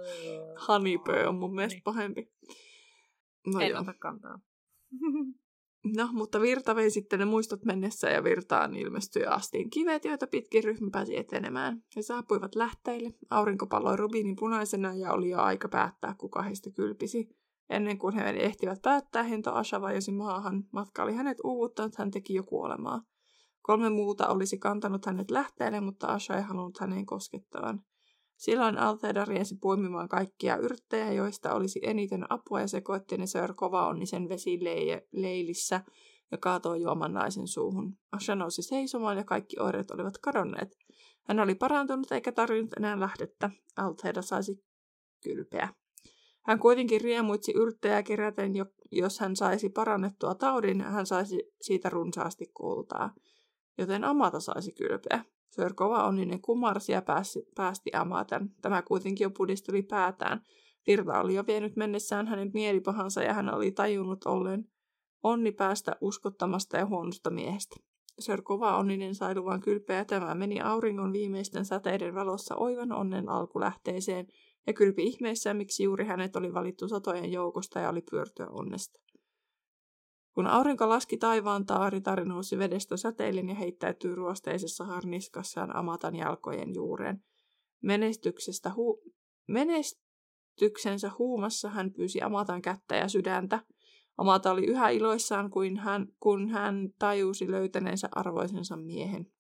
Speaker 1: Honeybird on mun mielestä pahempi. No
Speaker 2: en ota kantaa.
Speaker 1: No, mutta virta vei sitten ne muistot mennessä ja virtaan ilmestyi astiin kivet, joita pitkin ryhmä pääsi etenemään. He saapuivat lähteille. Aurinko paloi rubiinin punaisena ja oli jo aika päättää, kuka heistä kylpisi. Ennen kuin he ehtivät päättää, Hento Asha vajosi maahan. Matka oli hänet uuvuttanut, hän teki jo kuolemaa. Kolme muuta olisi kantanut hänet lähteelle, mutta Asha ei halunnut häneen koskettavan. Silloin Altheda riensi poimimaan kaikkia yrttejä, joista olisi eniten apua, ja sekoitti ne Sir Kovaonnisen vesileilissä ja kaatoi juoman naisen suuhun. Asha nousi seisomaan ja kaikki oireet olivat kadonneet. Hän oli parantunut eikä tarvinnut enää lähdettä. Altheda saisi kylpeä. Hän kuitenkin riemuitsi yrttejä keräten, jos hän saisi parannettua taudin, hän saisi siitä runsaasti kultaa. Joten Amata saisi kylpeä. Sir Kovaonninen kumarsi ja päästi, päästi Amatan. Tämä kuitenkin jo pudisteli päätään. Virta oli jo vienyt mennessään hänen mielipahansa ja hän oli tajunnut ollen onni päästä uskottamasta ja huonosta miehestä. Sir Kovaonninen sai luvan kylpeä ja tämä meni auringon viimeisten säteiden valossa oivan onnen alkulähteeseen ja kylpi ihmeissään, miksi juuri hänet oli valittu satojen joukosta ja oli pyörtyä onnesta. Kun aurinko laski taivaan taa, ritari nousi vedestä säteillen ja heittäytyi ruosteisessa harniskassaan Amatan jalkojen juureen. Menestyksestä hu- menestyksensä huumassa hän pyysi Amatan kättä ja sydäntä. Amata oli yhä iloissaan, kun hän, kun hän tajusi löytäneensä arvoisensa miehen.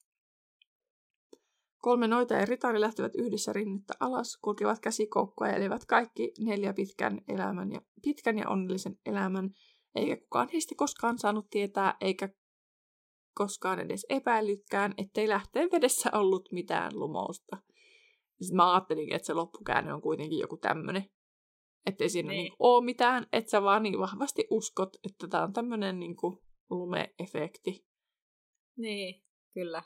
Speaker 1: Kolme noita ja ritari lähtivät yhdessä rinnettä alas, kulkivat käsikoukkoa ja elivät kaikki neljä pitkän, elämän ja, pitkän ja onnellisen elämän, eikä kukaan heistä koskaan saanut tietää, eikä koskaan edes epäillytkään, ettei lähteen vedessä ollut mitään lumousta. Sitten mä ajattelin, että se loppukäänne on kuitenkin joku tämmönen, ettei siinä niin. Niin ole mitään, että sä vaan niin vahvasti uskot, että tää on tämmönen niin kuin lume-efekti.
Speaker 2: Niin, kyllä.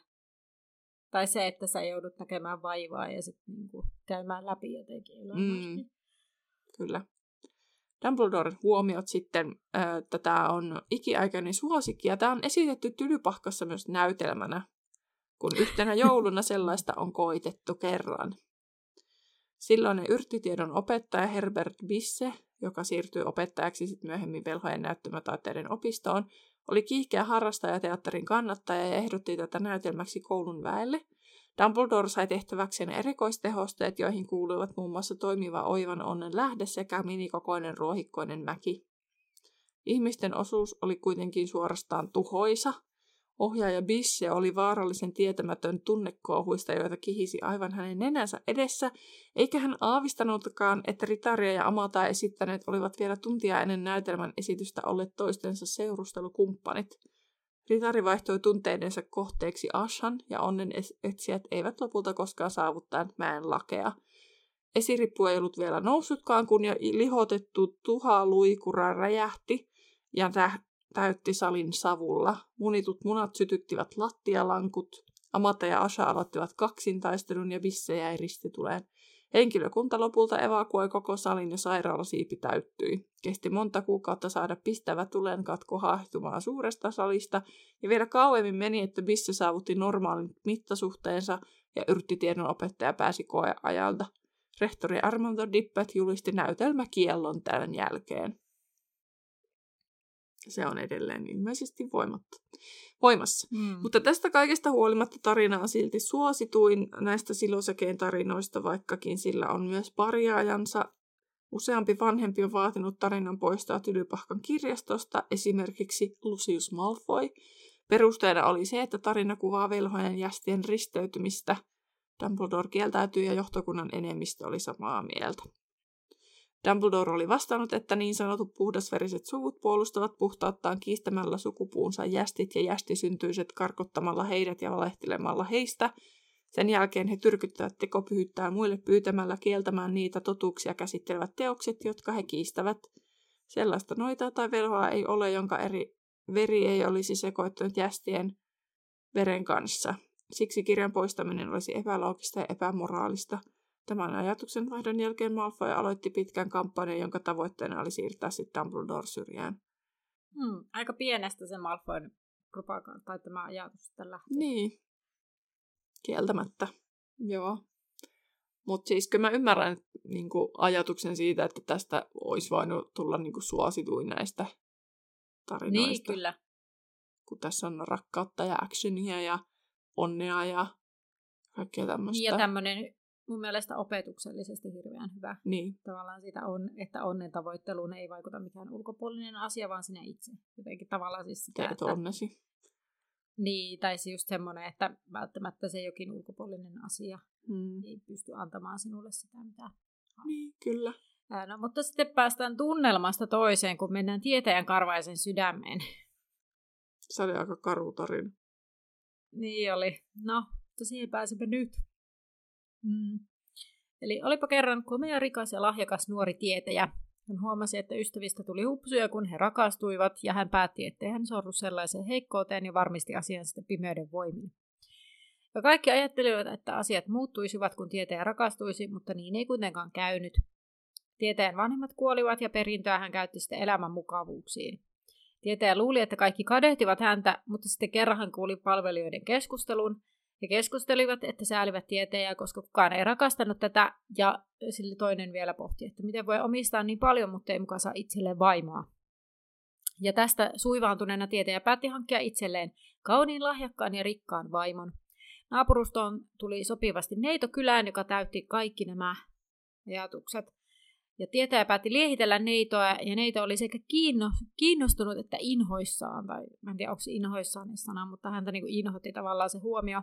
Speaker 2: Tai se, että sä joudut näkemään vaivaa ja sitten niinku käymään läpi jotenkin elämässä. Mm,
Speaker 1: kyllä. Dumbledoren huomiot sitten, että tämä on ikiaikainen suosikki, ja tämä on esitetty Tylypahkassa myös näytelmänä, kun yhtenä jouluna sellaista on koitettu kerran. Silloinen yrttitiedon opettaja Herbert Bisse, joka siirtyi opettajaksi sitten myöhemmin velhojen näyttämötaiteiden opistoon, oli kiihkeä harrastaja teatterin kannattaja ja ehdotti tätä näytelmäksi koulun väelle. Dumbledore sai tehtäväkseen erikoistehosteet, joihin kuuluivat muun muassa toimiva oivan onnen lähde sekä minikokoinen ruohikkoinen mäki. Ihmisten osuus oli kuitenkin suorastaan tuhoisa. Ohjaaja Bisse oli vaarallisen tietämätön tunnekouhuista, joita kihisi aivan hänen nenänsä edessä, eikä hän aavistanutkaan, että Ritaria ja Amataa esittäneet olivat vielä tuntia ennen näytelmän esitystä olleet toistensa seurustelukumppanit. Ritari vaihtoi tunteidensa kohteeksi Ashan, ja onnen etsijät eivät lopulta koskaan saavuttaneet mäen lakea. Esirippu ei ollut vielä noussutkaan, kun jo lihotettu tuhaluikura räjähti ja tä- täytti salin savulla. Munitut munat sytyttivät lattialankut. Amata ja Asha aloittivat kaksintaistelun ja Bisse jäi ristituleen. Henkilökunta lopulta evakuoi koko salin ja sairaalasiipi täyttyi. Kesti monta kuukautta saada pistävä tulenkatko haehtumaan suuresta salista, ja vielä kauemmin meni, että Bisse saavutti normaalin mittasuhteensa ja yrttitiedon opettaja pääsi koeajalta. Rehtori Armando Dippet julisti näytelmäkiellon tämän jälkeen. Se on edelleen ilmeisesti voimatta. voimassa. Mm. Mutta tästä kaikesta huolimatta tarina on silti suosituin näistä Silosäkeen tarinoista, vaikkakin sillä on myös parjaajansa. Useampi vanhempi on vaatinut tarinan poistaa Tylypahkan kirjastosta, esimerkiksi Lucius Malfoy. Perusteena oli se, että tarina kuvaa velhojen jästien risteytymistä. Dumbledore kieltäytyi ja johtokunnan enemmistö oli samaa mieltä. Dumbledore oli vastannut, että niin sanotut puhdasveriset suvut puolustavat puhtauttaan kiistämällä sukupuunsa jästit ja jästisyntyiset karkottamalla heidät ja valehtelemalla heistä. Sen jälkeen he tyrkyttävät tekopyhyyttään muille pyytämällä kieltämään niitä totuuksia käsittelevät teokset, jotka he kiistävät. Sellaista noitaa tai velhoa ei ole, jonka eri veri ei olisi sekoittunut jästien veren kanssa. Siksi kirjan poistaminen olisi epäloogista ja epämoraalista. Tämän ajatuksen vaihdon jälkeen Malfoy aloitti pitkän kampanjan, jonka tavoitteena oli siirtää sitten Dumbledore syrjään.
Speaker 2: Hmm, aika pienestä se Malfoyn propaganda tai tämä ajatus sitten lähti.
Speaker 1: Niin, kieltämättä, joo. Mutta siis kyllä mä ymmärrän niin kuin, ajatuksen siitä, että tästä olisi voinut tulla niin kuin, suosituin näistä tarinoista.
Speaker 2: Niin, kyllä.
Speaker 1: kun tässä on rakkautta ja actionia ja onnea ja kaikkea tämmöistä.
Speaker 2: Ja tämmöinen mun mielestä opetuksellisesti hirveän hyvä.
Speaker 1: Niin.
Speaker 2: Tavallaan sitä on, että onnen tavoitteluun ei vaikuta mikään ulkopuolinen asia, vaan sinä itse. Jotenkin tavallaan siis sitä,
Speaker 1: Teet
Speaker 2: että...
Speaker 1: onnesi.
Speaker 2: Niin, tai se just semmoinen, että välttämättä se jokin ulkopuolinen asia
Speaker 1: hmm.
Speaker 2: ei pysty antamaan sinulle sitä, mitä...
Speaker 1: Niin, kyllä.
Speaker 2: No, mutta sitten päästään tunnelmasta toiseen, kun mennään tietäjän karvaisen sydämeen.
Speaker 1: Se oli aika karu tarina.
Speaker 2: Niin oli. No, mutta siihen pääsemme nyt. Mm. Eli olipa kerran komea, rikas ja lahjakas nuori tietäjä. Hän huomasi, että ystävistä tuli hupsuja, kun he rakastuivat, ja hän päätti, ettei hän sorru sellaiseen heikkouteen ja varmisti asian sitten pimeyden voimin. Ja kaikki ajattelivat, että asiat muuttuisivat, kun tietäjä rakastuisi, mutta niin ei kuitenkaan käynyt. Tietäjän vanhemmat kuolivat ja perintöä hän käytti sitten elämän mukavuuksiin. Tietäjä luuli, että kaikki kadehtivat häntä, mutta sitten kerran hän kuuli palvelijoiden keskustelun. He keskustelivat, että säälivät tietäjää, koska kukaan ei rakastanut tätä, ja sille toinen vielä pohti, että miten voi omistaa niin paljon, mutta ei mukaan saa itselleen vaimoa. Ja tästä suivaantuneena tietäjä päätti hankkia itselleen kauniin, lahjakkaan ja rikkaan vaimon. Naapurustoon tuli sopivasti neito kylään, joka täytti kaikki nämä ajatukset. Ja tietäjä päätti liehitellä neitoa, ja neito oli sekä kiinnostunut että inhoissaan, tai mä en tiedä, onko se inhoissaan niin sana, mutta häntä niin kuin inhotti tavallaan se huomio.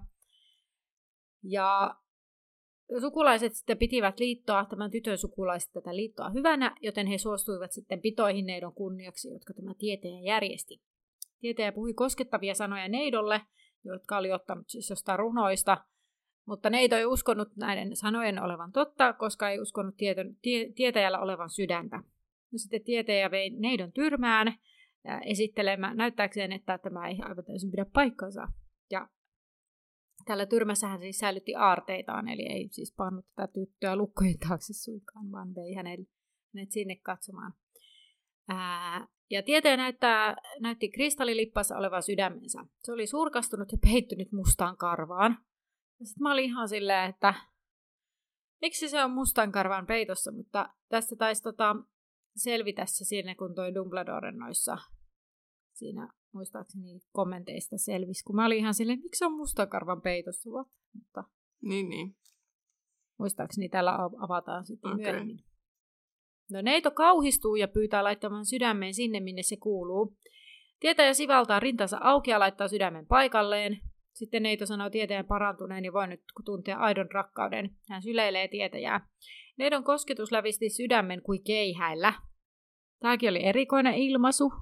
Speaker 2: Ja sukulaiset sitten pitivät liittoa, tämän tytön sukulaiset tätä liittoa hyvänä, joten he suostuivat sitten pitoihin neidon kunniaksi, jotka tämä tietäjä järjesti. Tietäjä puhui koskettavia sanoja neidolle, jotka oli ottanut siis jostain runoista, mutta neito ei uskonut näiden sanojen olevan totta, koska ei uskonut tieton, tie, tietäjällä olevan sydäntä. No sitten tietäjä vei neidon tyrmään esittelemään, näyttääkseen, että tämä ei aivan täysin pidä paikkansa. Ja tällä tyrmässä hän siis säilytti aarteitaan, eli ei siis pannut tätä tyttöä lukkojen taakse suinkaan, vaan vei hänet sinne katsomaan. Ää, ja tietäjä näyttää, näytti kristallilippassa olevan sydämensä. Se oli surkastunut ja peittynyt mustaan karvaan. Ja sitten mä olin ihan silleen, että miksi se on mustan karvan peitossa, mutta tästä taisi tota, selvitä se siinä, kun toi Dumbledoren noissa siinä muistaakseni kommenteista selvisi, kun mä olin ihan silleen, miksi se on mustan karvan peitossa, mutta
Speaker 1: niin, niin.
Speaker 2: Muistaakseni täällä avataan sitten
Speaker 1: okay.
Speaker 2: myöhemmin. No neito kauhistuu ja pyytää laittamaan sydämeen sinne, minne se kuuluu. Tietäjä sivaltaa rintansa auki ja laittaa sydämen paikalleen. Sitten neito sanoo tietäjän parantuneen ja voi nyt tuntea aidon rakkauden. Hän syleilee tietäjää. Neidon kosketus lävisti sydämen kuin keihäillä. Tämäkin oli erikoinen ilmaisu.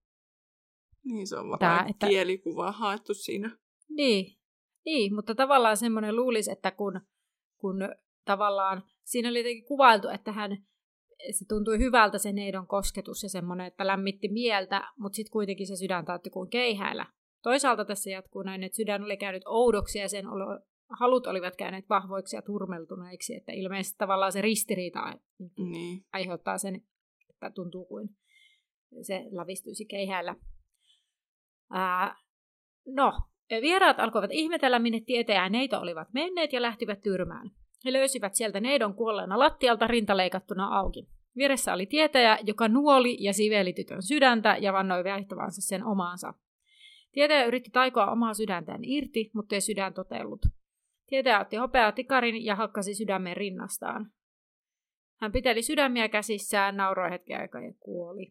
Speaker 1: Niin, se on vähän että... kielikuva haettu siinä.
Speaker 2: Niin, niin, mutta tavallaan semmoinen luulisi, että kun, kun tavallaan siinä oli jotenkin kuvailtu, että hän, se tuntui hyvältä se neidon kosketus ja semmoinen, että lämmitti mieltä, mutta sitten kuitenkin se sydän täytti kuin keihäillä. Toisaalta tässä jatkuu näin, että sydän oli käynyt oudoksi ja sen olo, halut olivat käyneet vahvoiksi ja turmeltuneiksi, että ilmeisesti tavallaan se ristiriita
Speaker 1: niin.
Speaker 2: aiheuttaa sen, että tuntuu kuin se lävistyisi keihäillä. Ää, no, vieraat alkoivat ihmetellä, minne tietäjä ja neito olivat menneet ja lähtivät tyrmään. He löysivät sieltä neidon kuolleena lattialta rintaleikattuna auki. Vieressä oli tietäjä, joka nuoli ja siveli tytön sydäntä ja vannoi vaihtavansa sen omaansa. Tietäjä yritti taikoa omaa sydäntään irti, mutta ei sydän totellut. Tietäjä otti hopeaa tikarin ja hakkasi sydämen rinnastaan. Hän piteli sydämiä käsissään, nauroi hetken aikaa ja kuoli.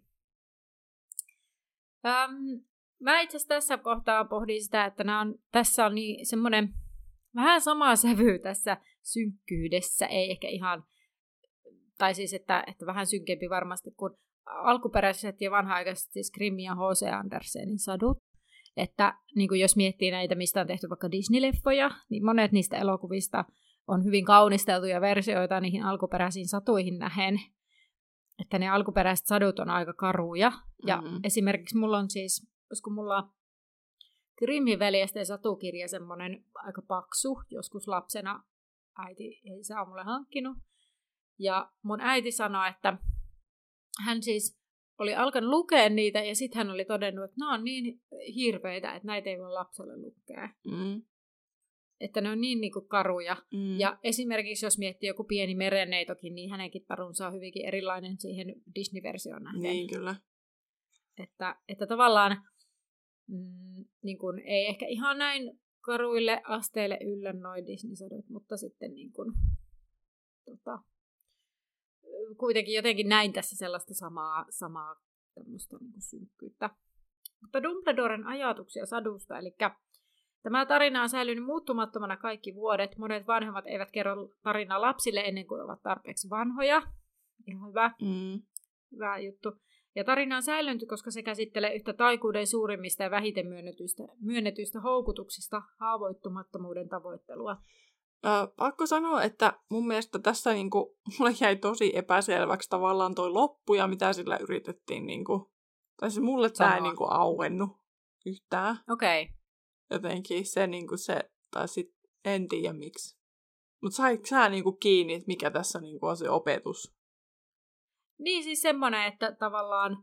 Speaker 2: Ähm, mä itse asiassa tässä kohtaa pohdin sitä, että nämä on, tässä on niin semmoinen vähän sama sävy tässä synkkyydessä, ei ehkä ihan, tai siis että, että vähän synkempi varmasti kuin alkuperäiset ja vanha-aikaiset siis Grimm ja H C Andersenin sadut. Että niin kuin jos miettii näitä, mistä on tehty vaikka Disney-leffoja, niin monet niistä elokuvista on hyvin kaunisteltuja versioita niihin alkuperäisiin satuihin nähen. Että ne alkuperäiset sadut on aika karuja. Ja mm-hmm. esimerkiksi mulla on siis, koska mulla on Grimmin veljesten satukirja semmoinen aika paksu, joskus lapsena äiti ei se ole mulle hankkinut. Ja mun äiti sanoi, että hän siis oli alkanut lukea niitä ja sitten hän oli todennut, että nämä on niin hirveitä, että näitä ei voi lapselle lukea.
Speaker 1: Mm.
Speaker 2: Että ne on niin, niin kuin karuja.
Speaker 1: Mm.
Speaker 2: Ja esimerkiksi jos miettii joku pieni merenneitokin, niin hänenkin tarunsa on hyvinkin erilainen siihen Disney-versioon nähden.
Speaker 1: Niin, kyllä.
Speaker 2: Että, että tavallaan, mm, niin kun, ei ehkä ihan näin karuille asteille yllä noi Disney-sadut, mutta sitten niin kun, tota, kuitenkin jotenkin näin tässä sellaista samaa, samaa tämmöistä niin kuin synkkyyttä. Mutta Dumbledoren ajatuksia sadusta, eli tämä tarina on säilynyt muuttumattomana kaikki vuodet. Monet vanhemmat eivät kerro tarinaa lapsille ennen kuin ovat tarpeeksi vanhoja. Ihan hyvä,
Speaker 1: mm.
Speaker 2: hyvä juttu. Ja tarina on säilynyt, koska se käsittelee yhtä taikuuden suurimmista ja vähiten myönnetyistä, myönnetyistä houkutuksista, haavoittumattomuuden tavoittelua.
Speaker 1: Äh, pakko sanoa, että mun mielestä tässä niinku, mulle jäi tosi epäselväksi tavallaan toi loppu ja mitä sillä yritettiin. Niinku, tai se mulle tämä ei niinku auennut yhtään.
Speaker 2: Okei. Okay.
Speaker 1: Jotenkin se, niinku se, tai sit en tiedä miksi. Mutta saiko sä niinku kiinni, että mikä tässä niinku on se opetus?
Speaker 2: Niin siis semmoinen, että tavallaan,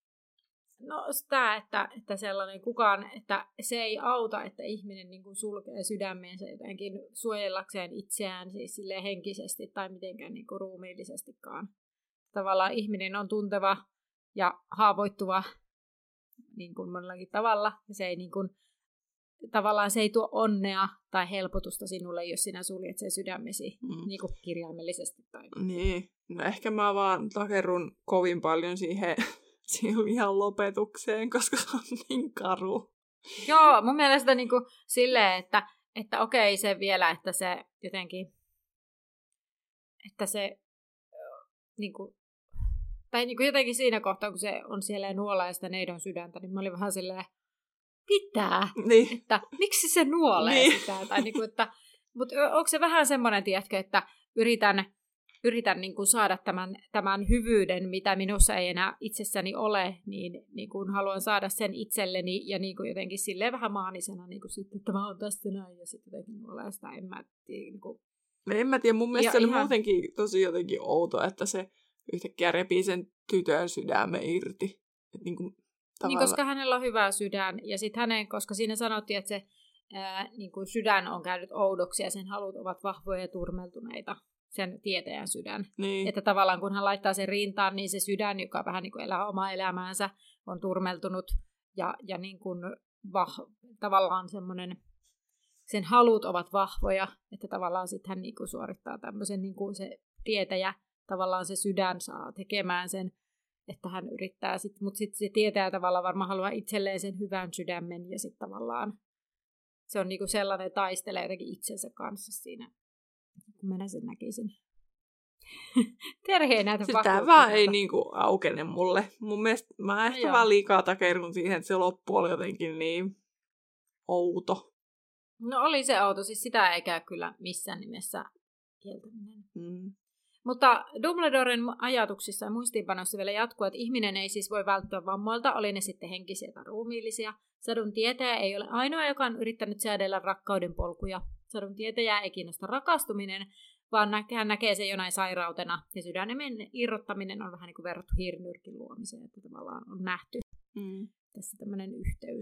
Speaker 2: no sitä, että, että sellainen kukaan, että se ei auta, että ihminen niin kuin sulkee sydämeensä jotenkin suojellakseen itseään siis silleen henkisesti tai mitenkään niin kuin ruumiillisestikaan. Tavallaan ihminen on tunteva ja haavoittuva niin kuin monellakin tavalla. Ja se ei niin kuin, tavallaan se ei tuo onnea tai helpotusta sinulle, jos sinä suljet sen sydämesi mm. niin kuin kirjaimellisesti. Tai...
Speaker 1: Niin, no ehkä mä vaan takerrun kovin paljon siihen, siihen ihan lopetukseen, koska se on niin karu.
Speaker 2: Joo, mun mielestä niin kuin silleen, että, että okei se vielä, että se jotenkin, että se niin kuin, tai niin kuin jotenkin siinä kohtaa, kun se on siellä nuolaa ja sitä neidon sydäntä, niin mä olin vähän silleen, pitää,
Speaker 1: niin.
Speaker 2: että miksi se nuolee
Speaker 1: niin.
Speaker 2: sitä, tai niin kuin, että, mutta onko se vähän semmoinen, tiedätkö, että yritän, yritän niin kuin saada tämän, tämän hyvyyden, mitä minussa ei enää itsessäni ole, niin, niin kuin haluan saada sen itselleni, ja niin kuin jotenkin silleen vähän maanisena, niin kuin sitten, että mä oon tässä näin, ja sitten jotenkin nuolee sitä, en mä tiedä. Niin kuin...
Speaker 1: En mä tiedä, mun mielestä ja se oli
Speaker 2: ihan...
Speaker 1: muutenkin tosi jotenkin outo, että se yhtäkkiä repii sen tytön sydämen irti. Et niin kuin...
Speaker 2: Niin, koska hänellä on hyvä sydän, ja sitten hänen, koska siinä sanottiin, että se ää, niin kuin sydän on käynyt oudoksi, ja sen halut ovat vahvoja ja turmeltuneita, sen tietäjän sydän.
Speaker 1: Niin.
Speaker 2: Että tavallaan kun hän laittaa sen rintaan, niin se sydän, joka vähän niin kuin elää omaa elämäänsä, on turmeltunut, ja, ja niin kuin vah, tavallaan semmoinen, sen halut ovat vahvoja, että tavallaan sitten hän niin kuin suorittaa tämmöisen, niin kuin se tietäjä, tavallaan se sydän saa tekemään sen, että hän yrittää, sit, mutta sitten se tietää tavallaan varmaan haluaa itselleen sen hyvän sydämen ja sitten tavallaan se on niinku sellainen taistelee jotenkin itsensä kanssa siinä, kun minä sen näkisin. Terhi ei näitä vakuuttaa.
Speaker 1: Sitä vaan ei niinku aukene mulle. Mun mielestä mä ehkä no vaan liikaa takerun siihen, että se loppu oli jotenkin niin outo.
Speaker 2: No oli se outo, siis sitä ei käy kyllä missään nimessä kieltäminen.
Speaker 1: Mm.
Speaker 2: Mutta Dumbledoren ajatuksissa ja muistiinpanossa vielä jatkuu, että ihminen ei siis voi välttyä vammoilta, oli ne sitten henkisiä tai ruumiillisia. Sadun tietäjä ei ole ainoa, joka on yrittänyt säädellä rakkauden polkuja. Sadun tietäjää ei kiinnosta rakastuminen, vaan hän näkee sen jonain sairautena. Ja sydämen irrottaminen on vähän niin kuin verrattu hiirinyrkin luomiseen, että tavallaan on nähty
Speaker 1: mm.
Speaker 2: tässä tämmöinen yhteys.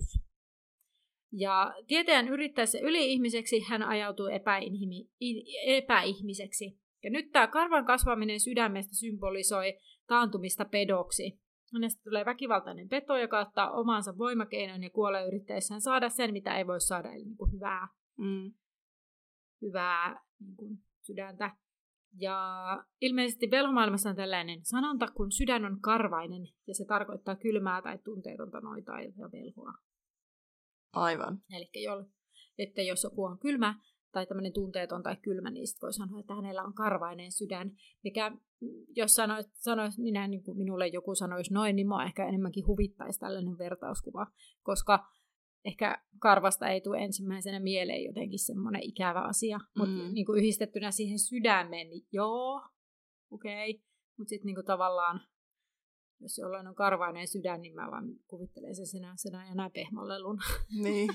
Speaker 2: Ja tietäjän yrittäessä yli-ihmiseksi hän ajautuu epäinhimi- epäihmiseksi. Ja nyt tämä karvan kasvaminen sydämestä symbolisoi taantumista pedoksi. Hänestä tulee väkivaltainen peto, joka ottaa omansa voimakeinon ja kuolee yrittäessään saada sen, mitä ei voi saada, eli niin kuin hyvää,
Speaker 1: mm.
Speaker 2: hyvää niin kuin sydäntä. Ja ilmeisesti velhomaailmassa on tällainen sanonta, kun sydän on karvainen, ja se tarkoittaa kylmää tai tunteetonta noitaa ja velhoa.
Speaker 1: Aivan.
Speaker 2: Eli että jos joku on kylmä, tai tämmöinen tunteeton tai kylmä, niin voi sanoa, että hänellä on karvainen sydän, mikä jos sanois, sanois minä, niin kuin minulle joku sanoisi noin, niin minua ehkä enemmänkin huvittaisi tällainen vertauskuva, koska ehkä karvasta ei tule ensimmäisenä mieleen jotenkin semmoinen ikävä asia, mm. mutta niin kuin yhdistettynä siihen sydämeen, niin joo, okei, okay. Mutta sitten niin kuin tavallaan, jos jollain on karvainen sydän, niin mä vaan kuvittelen sen senä ja näin pehmolelun.
Speaker 1: Niin.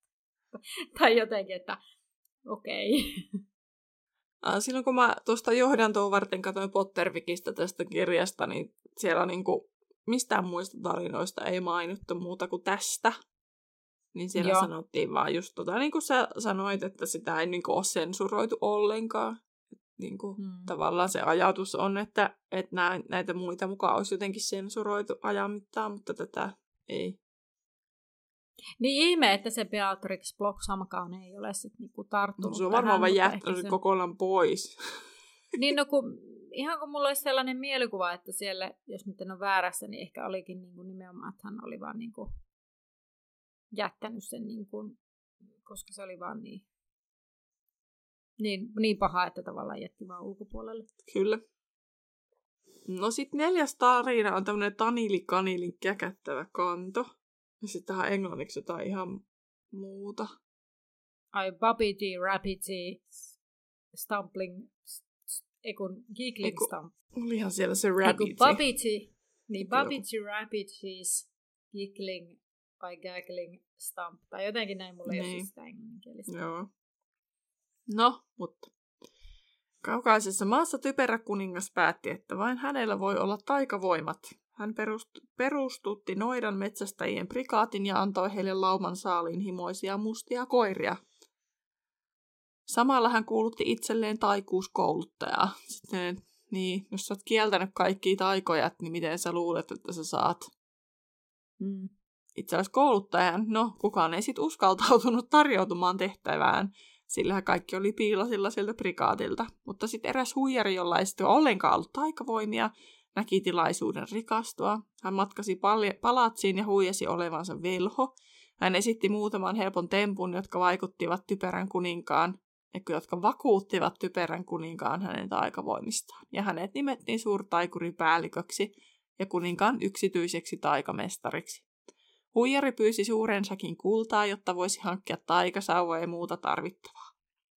Speaker 2: Tai jotenkin, että okei.
Speaker 1: Okay. Silloin kun mä tuosta johdantoa varten katsoin Pottervikistä tästä kirjasta, niin siellä niinku mistään muista tarinoista ei mainittu muuta kuin tästä. Niin siellä Joo. sanottiin vaan just tota, niin kuin sä sanoit, että sitä ei niinku ole sensuroitu ollenkaan. Niinku, hmm. Tavallaan se ajatus on, että, että näitä muita mukaan olisi jotenkin sensuroitu ajan mittaan, mutta tätä ei.
Speaker 2: Niin ihme, että se Beatrix Bloxhamkaan ei ole sit niinku tarttunut.
Speaker 1: No, se on varmaan vain jättänyt
Speaker 2: se...
Speaker 1: kokonaan pois.
Speaker 2: Niin no kun, ihan kun mulla olisi sellainen mielikuva, että siellä, jos nyt en ole väärässä, niin ehkä olikin niinku nimenomaan, että hän oli vaan niinku jättänyt sen, niinku, koska se oli vaan niin, niin, niin paha, että tavallaan jätti vaan ulkopuolelle.
Speaker 1: Kyllä. No sit neljäs tarina on tämmönen Tanili Kanilin käkättävä kanto. Ja sit tähän englanniksi jotain ihan muuta.
Speaker 2: Ai Babbity Rabbity Stumbling, ei kun Giggling Stump.
Speaker 1: Olihan siellä se Rabbity.
Speaker 2: Babbity, niin Babbity Rabbity's Giggling vai Gaggling Stump. Tai jotenkin näin mulla ei ole sitä englanninkielistä.
Speaker 1: Joo. No, mutta kaukaisessa maassa typerä kuningas päätti, että vain hänellä voi olla taikavoimat. Hän perust- perustutti noidan metsästäjien prikaatin ja antoi heille lauman saaliin himoisia mustia koiria. Samalla hän kuulutti itselleen taikuuskouluttajaa. Sitten, niin, jos sä oot kieltänyt kaikkia taikoja, niin miten sä luulet, että sä saat
Speaker 2: mm.
Speaker 1: itse asiassa kouluttajan? No, kukaan ei sit uskaltautunut tarjoutumaan tehtävään, sillä kaikki oli piilasilla sieltä prikaatilta. Mutta sitten eräs huijari, jolla ei sitten ollenkaan ollut taikavoimia, näki tilaisuuden rikastua. Hän matkasi pal- palatsiin ja huijasi olevansa velho. Hän esitti muutaman helpon tempun, jotka vaikuttivat typerän kuninkaan, jotka vakuuttivat typerän kuninkaan hänen taikavoimistaan. Ja hänet nimettiin suurtaikuripäälliköksi ja kuninkaan yksityiseksi taikamestariksi. Huijari pyysi suuren säkin kultaa, jotta voisi hankkia taikasauvoja ja muuta tarvittavaa.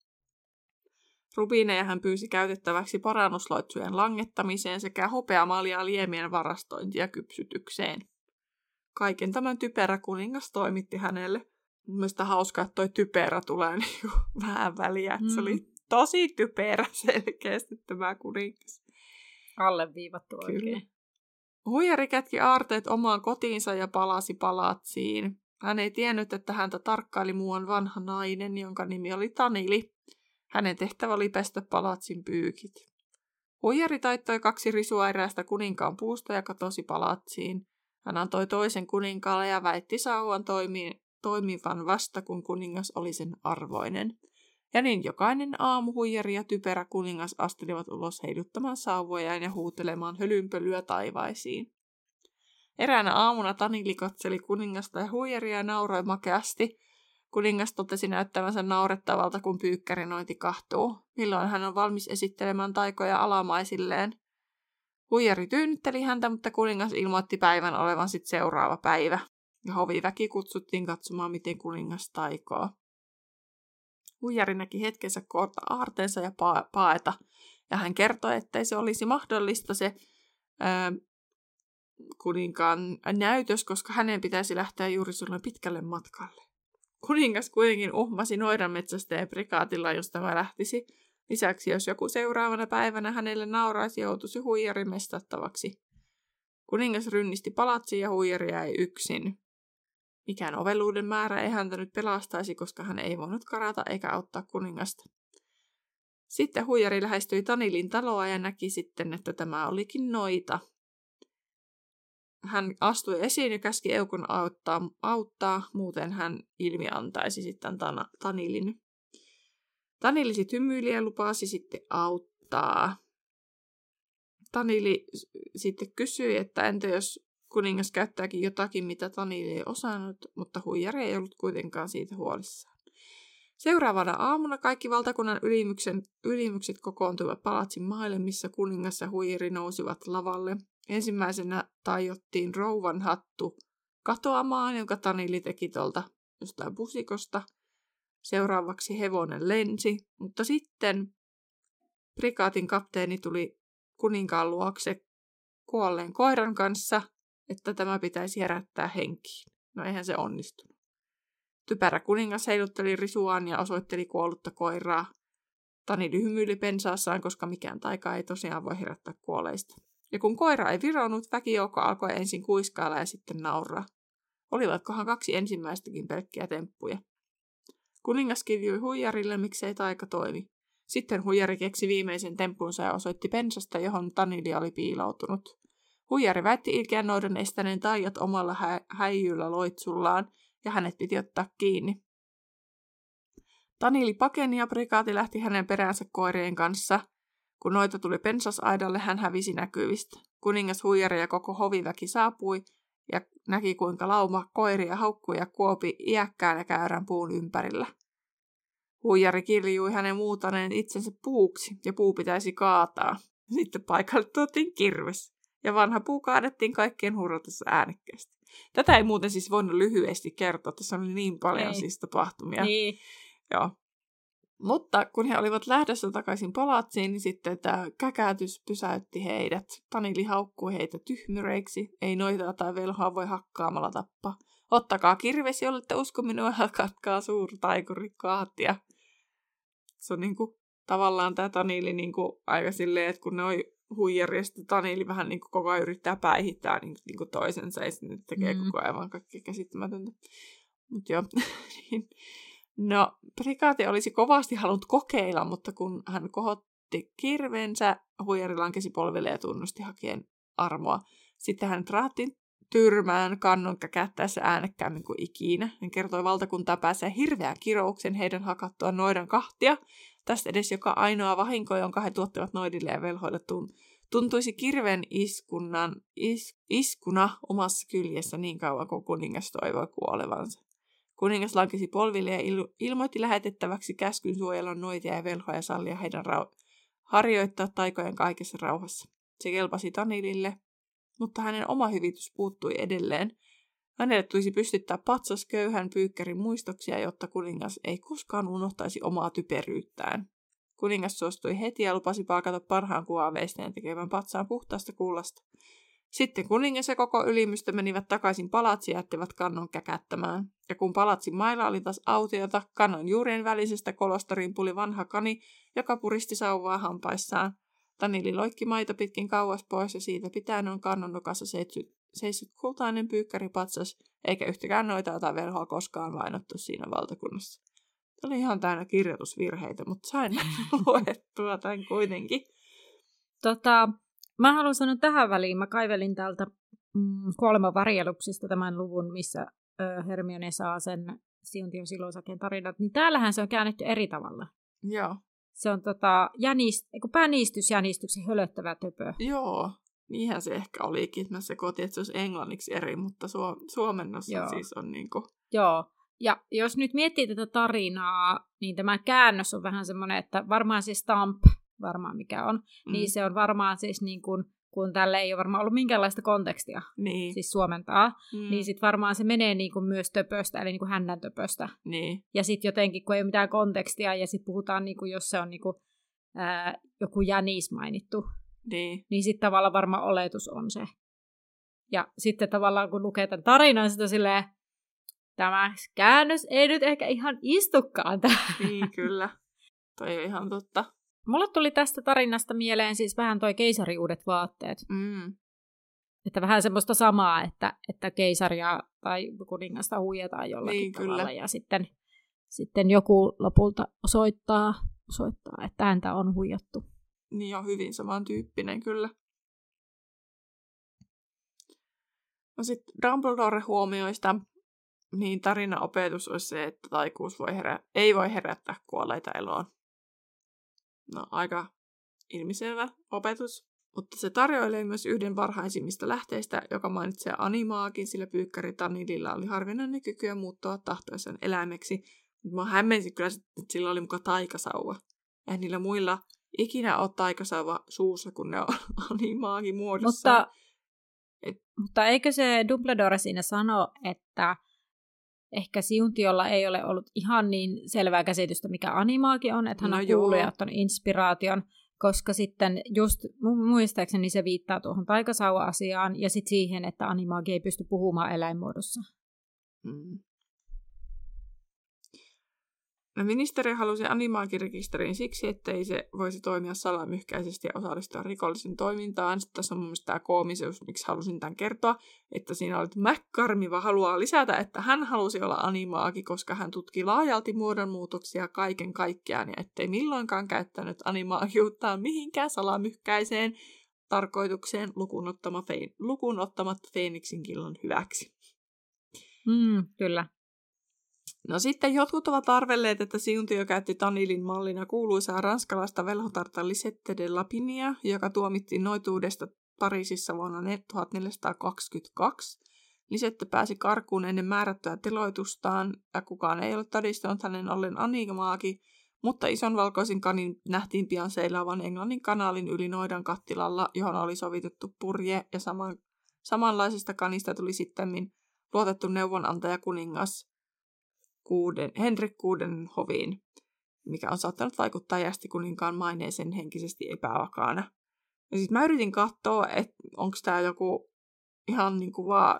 Speaker 1: Rubiineja hän pyysi käytettäväksi parannusloitsujen langettamiseen sekä hopeamaljaa liemien varastointiin ja kypsytykseen. Kaiken tämän typerä kuningas toimitti hänelle. Mielestäni hauskaa, että toi typerä tulee niin vähän väliä. Mm. Se oli tosi typerä selkeästi tämä kuningas.
Speaker 2: Alleviivattu oikein. Kyllä.
Speaker 1: Huijari kätki aarteet omaan kotiinsa ja palasi palatsiin. Hän ei tiennyt, että häntä tarkkaili muuan vanha nainen, jonka nimi oli Tanili. Hänen tehtävä oli pestä palatsin pyykit. Huijari taittoi kaksi risua eräästä kuninkaan puusta ja katosi palatsiin. Hän antoi toisen kuninkaalle ja väitti sauvan toimi, toimivan vasta, kun kuningas oli sen arvoinen. Ja niin jokainen aamu huijari ja typerä kuningas astelivat ulos heiduttamaan sauvojaan ja huutelemaan hölynpölyä taivaisiin. Eräänä aamuna Tanili katseli kuningasta ja huijaria ja nauroi makeasti. Kuningas totesi näyttävänsä naurettavalta, kun pyykkärinointi kahtuu. Milloin hän on valmis esittelemään taikoja alamaisilleen. Huijari tyynnytteli häntä, mutta kuningas ilmoitti päivän olevan sitten seuraava päivä. Ja hoviväki kutsuttiin katsomaan, miten kuningas taikoo. Huijari näki hetkensä koota aarteensa ja pa- paeta. Ja hän kertoi, ettei se olisi mahdollista se ää, kuninkaan näytös, koska hänen pitäisi lähteä juuri silloin pitkälle matkalle. Kuningas kuitenkin uhmasi noidanmetsästäjän prikaatilla, jos tämä lähtisi. Lisäksi, jos joku seuraavana päivänä hänelle nauraisi, joutuisi huijari mestattavaksi. Kuningas rynnisti palatsiin ja huijari jäi yksin. Mikään oveluuden määrä ei häntä nyt pelastaisi, koska hän ei voinut karata eikä auttaa kuningasta. Sitten huijari lähestyi Tanilin taloa ja näki sitten, että tämä olikin noita. Hän astui esiin ja käski eukon auttaa, auttaa, muuten hän ilmiantaisi sitten tana, Tanilin. Tanili sitten hymyili ja lupasi sitten auttaa. Tanili sitten kysyi, että entä jos kuningas käyttääkin jotakin, mitä Tanili ei osannut, mutta huijari ei ollut kuitenkaan siitä huolissaan. Seuraavana aamuna kaikki valtakunnan ylimykset kokoontuivat palatsin maille, missä kuningas ja huijari nousivat lavalle. Ensimmäisenä tajottiin rouvan hattu katoamaan, jonka Tanili teki tuolta jostain pusikosta. Seuraavaksi hevonen lensi, mutta sitten prikaatin kapteeni tuli kuninkaan luokse kuolleen koiran kanssa, että tämä pitäisi herättää henkiin. No eihän se onnistunut. Typerä kuningas heilutteli risuaan ja osoitteli kuollutta koiraa. Tanili hymyili pensaassaan, koska mikään taika ei tosiaan voi herättää kuolleista. Ja kun koira ei vironnut, väkijoukko alkoi ensin kuiskailla ja sitten nauraa. Olivatkohan kaksi ensimmäistäkin pelkkiä temppuja. Kuningas kiljui huijarille, miksei taika toimi. Sitten huijari keksi viimeisen temppunsa ja osoitti pensasta, johon Tanili oli piiloutunut. Huijari väitti ilkeän noidan estäneen taijat omalla hä- häijyllä loitsullaan, ja hänet piti ottaa kiinni. Tanili pakeni ja prikaati lähti hänen peräänsä koirien kanssa. Kun noita tuli pensasaidalle, hän hävisi näkyvistä. Kuningas huijari ja koko hoviväki saapui ja näki, kuinka lauma koiria haukkui ja kuopi iäkkään ja käyrän puun ympärillä. Huijari kiljui hänen muutaneen itsensä puuksi ja puu pitäisi kaataa. Sitten paikalle tuotiin kirves ja vanha puu kaadettiin kaikkien hurratessa äänekkäästi. Tätä ei muuten siis voinut lyhyesti kertoa, tässä oli niin paljon ei. siis tapahtumia.
Speaker 2: Niin.
Speaker 1: Joo. Mutta kun he olivat lähdössä takaisin palatsiin, niin sitten tämä käkätys pysäytti heidät. Tanili haukkui heitä tyhmyreiksi. Ei noita tai velhoa voi hakkaamalla tappaa. Ottakaa kirves, jollette usko minua, hakatkaa suurtaikuri kahtia. Se on niinku, tavallaan tämä Tanili niinku, aika silleen, että kun ne on huijari ja sitten Tanili vähän niinku koko ajan yrittää päihittää niinku, niinku toisensa ja sitten tekee mm. koko ajan vaan kaikkea käsittämätöntä. Mutta joo, niin... No, prikaati olisi kovasti halunnut kokeilla, mutta kun hän kohotti kirveensä, huijari lankesi polville ja tunnusti hakien armoa. Sitten hän raatti tyrmään kannon käkättäessä äänekkäämmin kuin ikinä. Hän kertoi valtakuntaa pääsee hirveän kirouksen heidän hakattua noidan kahtia. Tästä edes joka ainoa vahinko, jonka he tuottivat noidille ja velhoille tuntuisi kirven iskunnan, is, iskuna omassa kyljessä niin kauan kuin kuningas toivoi kuolevansa. Kuningas lankesi polville ja il- ilmoitti lähetettäväksi käskyn suojella noitia ja velhoja ja sallia heidän rau- harjoittaa taikojen kaikessa rauhassa. Se kelpasi Tanilille, mutta hänen oma hyvitys puuttui edelleen. Hänelle tulisi pystyttää patsas köyhän pyykkärin muistoksia, jotta kuningas ei koskaan unohtaisi omaa typeryyttään. Kuningas suostui heti ja lupasi palkata parhaan kuvaveisteen tekemään patsaan puhtaasta kullasta. Sitten kuningas ja koko ylimystö menivät takaisin palatsiin ja jättivät kannon käkättämään. Ja kun palatsin mailla oli taas autiota, kannon juurien välisestä kolosta rimpuli vanha kani, joka puristi sauvaa hampaissaan. Tanili loikki maita pitkin kauas pois ja siitä pitäen on kannon nokassa seissyt kultainen pyykkäripatsas, eikä yhtäkään noita tai velhoa koskaan vainottu siinä valtakunnassa. Tämä oli ihan täynnä kirjoitusvirheitä, mutta sain luettua tämän kuitenkin.
Speaker 2: Tota... Mä haluan sanoa tähän väliin, mä kaivelin täältä mm, kuolemavarjeluksista tämän luvun, missä ö, Hermione saa sen Siuntion Silosaken tarinat, niin täällähän se on käännetty eri tavalla.
Speaker 1: Joo.
Speaker 2: Se on tota, jänist, päniistys jänistyksen hölöttävä töpö.
Speaker 1: Joo, niinhän se ehkä olikin. Mä sekoitin, että se olisi englanniksi eri, mutta su- suomennossa Joo. siis on niinku...
Speaker 2: Joo, ja jos nyt miettii tätä tarinaa, niin tämä käännös on vähän semmoinen, että varmaan se Stamp... varmaan mikä on, mm. niin se on varmaan siis niin kuin, kun tälle ei ole varmaan ollut minkäänlaista kontekstia,
Speaker 1: niin.
Speaker 2: siis suomentaa,
Speaker 1: mm.
Speaker 2: niin sitten varmaan se menee niin kuin myös töpöstä, eli niin kuin hännän töpöstä.
Speaker 1: Niin.
Speaker 2: Ja sitten jotenkin, kun ei ole mitään kontekstia, ja sitten puhutaan, niin kuin, jos se on niin kuin, ää, joku jänis mainittu,
Speaker 1: niin,
Speaker 2: niin sitten tavallaan varmaan oletus on se. Ja sitten tavallaan, kun lukee tämän tarinan, sitten silleen, tämä käännös ei nyt ehkä ihan istukaan tähän.
Speaker 1: Niin, kyllä. Toi on ihan totta.
Speaker 2: Mulle tuli tästä tarinasta mieleen siis vähän toi keisari uudet vaatteet.
Speaker 1: Mm.
Speaker 2: Että vähän semmoista samaa, että, että keisaria tai kuningasta huijataan jollakin
Speaker 1: niin,
Speaker 2: tavalla.
Speaker 1: kyllä.
Speaker 2: Ja sitten, sitten joku lopulta osoittaa, osoittaa, että häntä on huijattu.
Speaker 1: Niin on hyvin samantyyppinen kyllä. No sitten Dumbledore huomioista, niin tarinaopetus olisi se, että taikuus voi herä- ei voi herättää kuolleita eloon. No, aika ilmiselvä opetus, mutta se tarjoilee myös yhden varhaisimmista lähteistä, joka mainitsee animaakin, sillä pyykkäri Tanililla oli harvinainen kyky muuttua tahtoissaan eläimeksi. Mutta mä hämmensin kyllä, että sillä oli muka taikasauva. Eihän niillä muilla ikinä ole taikasauva suussa, kun ne on animaakin muodossa.
Speaker 2: Mutta, Et... mutta eikö se Dumbledore siinä sano, että ehkä Siuntiolla ei ole ollut ihan niin selvää käsitystä, mikä animaaki on, että hän no on kuullut ja ottanut inspiraation, koska sitten just muistaakseni se viittaa tuohon taikasauva-asiaan ja sitten siihen, että animaaki ei pysty puhumaan eläinmuodossa.
Speaker 1: Mm. No, ministeri halusi animaakirekisteriin siksi, ettei se voisi toimia salamyhkäisesti ja osallistua rikollisen toimintaan. Sitten tässä on mun mielestä tämä koomiseus, miksi halusin tämän kertoa, että siinä oli McCormiva haluaa lisätä, että hän halusi olla animaaki, koska hän tutki laajalti muodonmuutoksia kaiken kaikkiaan ja ettei milloinkaan käyttänyt animaakiuttaan mihinkään salamyhkäiseen tarkoitukseen lukuun ottamatta Feeniksin killon hyväksi.
Speaker 2: Mm, kyllä.
Speaker 1: No sitten jotkut ovat arvelleet, että Siuntio käytti Tanilin mallina kuuluisaa ranskalaista velhotarta Lisette de Lapinia, joka tuomittiin noituudesta Pariisissa vuonna tuhatneljäsataakaksikymmentäkaksi. Lisette pääsi karkuun ennen määrättyä teloitustaan, ja kukaan ei ole todistanut hänen ollen animaagi, mutta ison valkoisin kanin nähtiin pian seilaavan Englannin kanaalin yli noidan kattilalla, johon oli sovitettu purje, ja saman, samanlaisesta kanista tuli sittemmin luotettu neuvonantaja kuningas kuuden, Henrik kuuden hoviin, mikä on saattanut vaikuttaa jästi kuninkaan maineeseen henkisesti epävakaana. Ja sit mä yritin katsoa, että onko tää joku ihan niinku vaan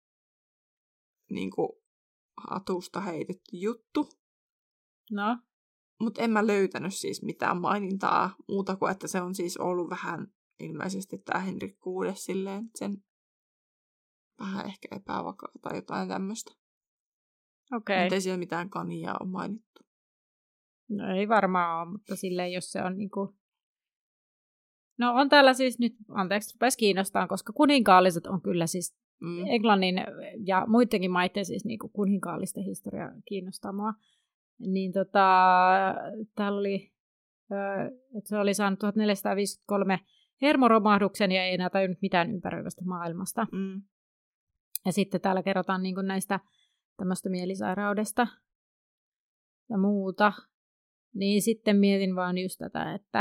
Speaker 1: niinku hatusta heitetty juttu.
Speaker 2: No.
Speaker 1: Mutta en mä löytänyt siis mitään mainintaa muuta kuin, että se on siis ollut vähän ilmeisesti tämä Henrik kuudes silleen, sen vähän ehkä epävakaa tai jotain tämmöistä.
Speaker 2: Okei. Okay.
Speaker 1: Mutta ei siellä mitään kania ole mainittu.
Speaker 2: No ei varmaan ole, mutta silleen jos se on niinku... No on täällä siis nyt, anteeksi, rupesi kiinnostaa, koska kuninkaalliset on kyllä siis mm. Englannin ja muidenkin maiden siis niinku kuninkaallisten historia kiinnostaa mua. Niin tota, täällä oli, että se oli saanut tuhatneljäsataaviisikymmentäkolme hermoromahduksen ja ei enää tajunnut mitään ympäröivästä maailmasta.
Speaker 1: Mm.
Speaker 2: Ja sitten täällä kerrotaan niin kuin näistä tämmöistä mielisairaudesta ja muuta. Niin sitten mietin vaan just tätä, että,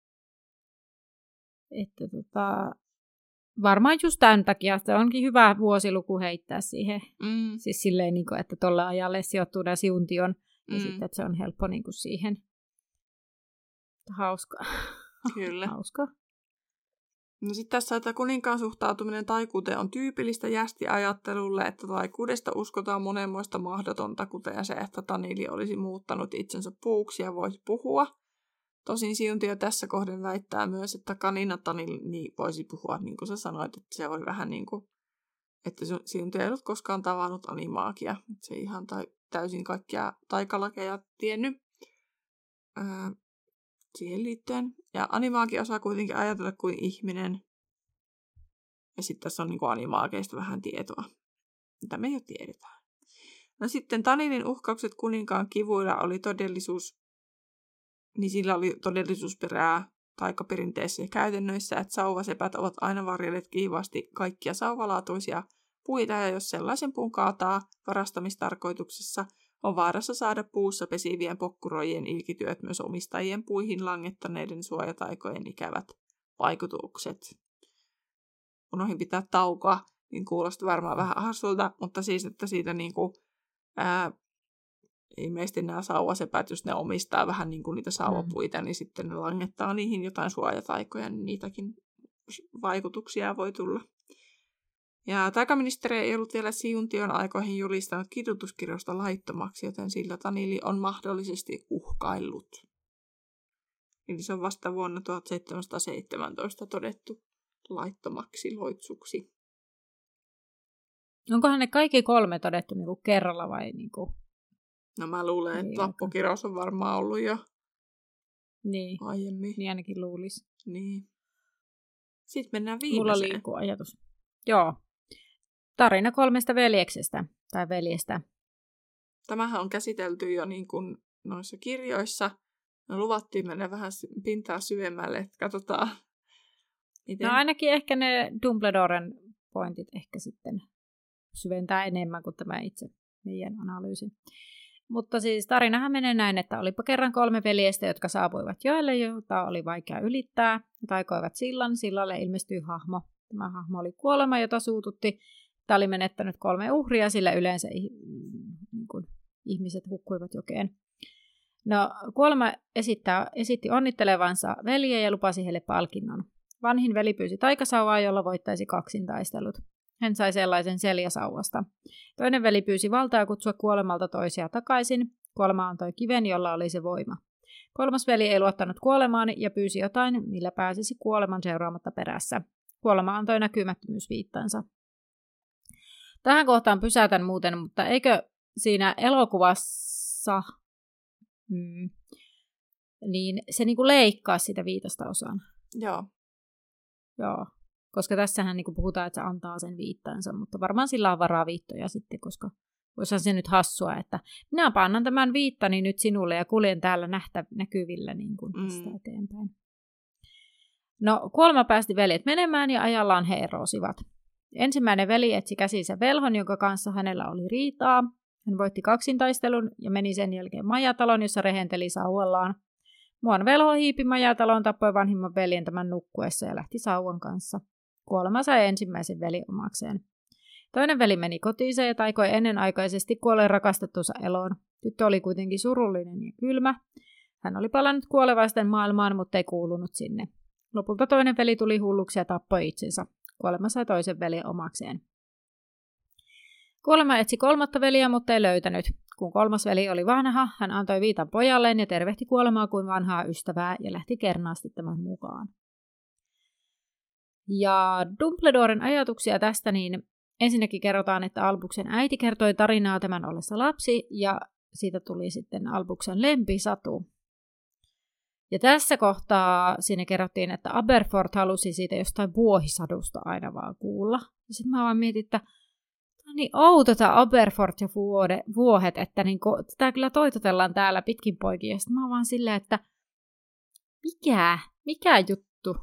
Speaker 2: että tota, varmaan just tämän takia se onkin hyvä vuosiluku heittää siihen. Mm. Siis silleen, niin kuin, että tuolle ajalle sijoittuu nämä Siuntion. Ja mm. sitten, että se on helppo niin kuin siihen. Hauska.
Speaker 1: Kyllä.
Speaker 2: Hauska.
Speaker 1: No sitten tässä, että kuninkaan suhtautuminen taikuuteen on tyypillistä jästiajattelulle, että taikuudesta uskotaan monenmoista mahdotonta, kuten se, että Tanili olisi muuttanut itsensä puuksi ja voisi puhua. Tosin Siuntio tässä kohden väittää myös, että kanina Tanili voisi puhua, niin kuin sä sanoit, että se oli vähän niin kuin, että Siuntio ei ollut koskaan tavannut animaagia. Että se ihan tai täysin kaikkia taikalakeja tiennyt ää, siihen liittyen. Ja animaagi osaa kuitenkin ajatella kuin ihminen. Ja sitten tässä on niinku animaageista vähän tietoa, mitä me jo tiedetään. No sitten Tanilin uhkaukset kuninkaan kivuilla oli todellisuus, niin sillä oli todellisuusperää taikaperinteisissä käytännöissä, että sauvasepät ovat aina varjelleet kiivaasti kaikkia sauvalaatuisia puita, ja jos sellaisen puun kaataa varastamistarkoituksessa, on vaarassa saada puussa pesivien pokkuroijien ilkityöt myös omistajien puihin langettaneiden suojataikojen ikävät vaikutukset. Unohin pitää taukoa, niin kuulosti varmaan vähän hassulta, mutta siis, että siitä niinku, ää, ilmeisesti nämä sauvasepät, jos ne omistaa vähän niinku niitä sauvapuita, mm. niin sitten ne langettaa niihin jotain suojataikoja, niin niitäkin vaikutuksia voi tulla. Ja taikaministeri ei ollut vielä Siuntion aikoihin julistanut kidutuskirjoista laittomaksi, joten sillä Tanili on mahdollisesti uhkaillut. Eli se on vasta vuonna tuhatseitsemänsataaseitsemäntoista todettu laittomaksi loitsuksi.
Speaker 2: Onkohan ne kaikki kolme todettu niinku kerralla vai niinku?
Speaker 1: No mä luulen, että lappukirous on varmaan ollut jo
Speaker 2: niin.
Speaker 1: aiemmin.
Speaker 2: Niin ainakin luulisi.
Speaker 1: Niin. Sitten mennään viimeiseen.
Speaker 2: Mulla liikkuu ajatus. Joo. Tarina kolmesta veljeksestä tai veljestä.
Speaker 1: Tämähän on käsitelty jo niin kuin noissa kirjoissa. No luvattiin mennä vähän pintaa syvemmälle, että katsotaan. Miten?
Speaker 2: No ainakin ehkä ne Dumbledoren pointit ehkä sitten syventää enemmän kuin tämä itse meidän analyysi. Mutta siis tarinahan menee näin, että olipa kerran kolme veljestä, jotka saapuivat joelle, jota oli vaikea ylittää. He taikoivat sillan, sillalle ilmestyi hahmo. Tämä hahmo oli kuolema, jota suututti. Tämä oli menettänyt kolme uhria, sillä yleensä niin kuin, ihmiset hukkuivat jokeen. No, kuolema esittää, esitti onnittelevansa veljeä ja lupasi heille palkinnon. Vanhin veli pyysi taikasauvaa, jolla voittaisi kaksintaistelut. Hän sai sellaisen seljasauvasta. Toinen veli pyysi valtaa kutsua kuolemalta toisia takaisin. Kuolema antoi kiven, jolla oli se voima. Kolmas veli ei luottanut kuolemaan ja pyysi jotain, millä pääsisi kuoleman seuraamatta perässä. Kuolema antoi näkymättömyysviittansa. Tähän kohtaan pysäytän muuten, mutta eikö siinä elokuvassa mm, niin se niinku leikkaa sitä viitosta osaan?
Speaker 1: Joo.
Speaker 2: Joo, koska tässähän niinku puhutaan, että se antaa sen viittansa, mutta varmaan sillä on varaa viittoja sitten, koska Olisihan se nyt hassua, että minä annan tämän viittani nyt sinulle ja kuljen täällä nähtä, näkyvillä niin kuin tästä mm. eteenpäin. No, kuolema päästi veljet menemään ja ajallaan he erosivat. Ensimmäinen veli etsi käsinsä velhon, jonka kanssa hänellä oli riitaa. Hän voitti kaksintaistelun ja meni sen jälkeen majatalon, jossa rehenteli sauvallaan. Muon velho hiipi majataloon, tappoi vanhimman veljen tämän nukkuessa ja lähti sauvan kanssa. Kuolema sai ensimmäisen veli omakseen. Toinen veli meni kotiinsa ja taikoi ennenaikaisesti kuolleen rakastettunsa eloon. Tyttö oli kuitenkin surullinen ja kylmä. Hän oli palannut kuolevaisten maailmaan, mutta ei kuulunut sinne. Lopulta toinen veli tuli hulluksi ja tappoi itsensä. Kuolema sai toisen veljen omakseen. Kuolema etsi kolmatta veliä, mutta ei löytänyt. Kun kolmas veli oli vanha, hän antoi viitan pojalleen ja tervehti kuolemaa kuin vanhaa ystävää ja lähti kernaasti tämän mukaan. Ja Dumbledoren ajatuksia tästä, niin ensinnäkin kerrotaan, että Albuksen äiti kertoi tarinaa tämän ollessa lapsi, ja siitä tuli sitten Albuksen lempisatu. Ja tässä kohtaa siinä kerrottiin, että Aberforth halusi siitä jostain vuohisadusta aina vaan kuulla. Ja sitten mä vaan mietin, että tämä on niin outo tämä Aberforth ja vuode, vuohet, että niinku, tätä kyllä toitotellaan täällä pitkin poikin. Ja sitten mä vaan silleen, että mikä, mikä juttu?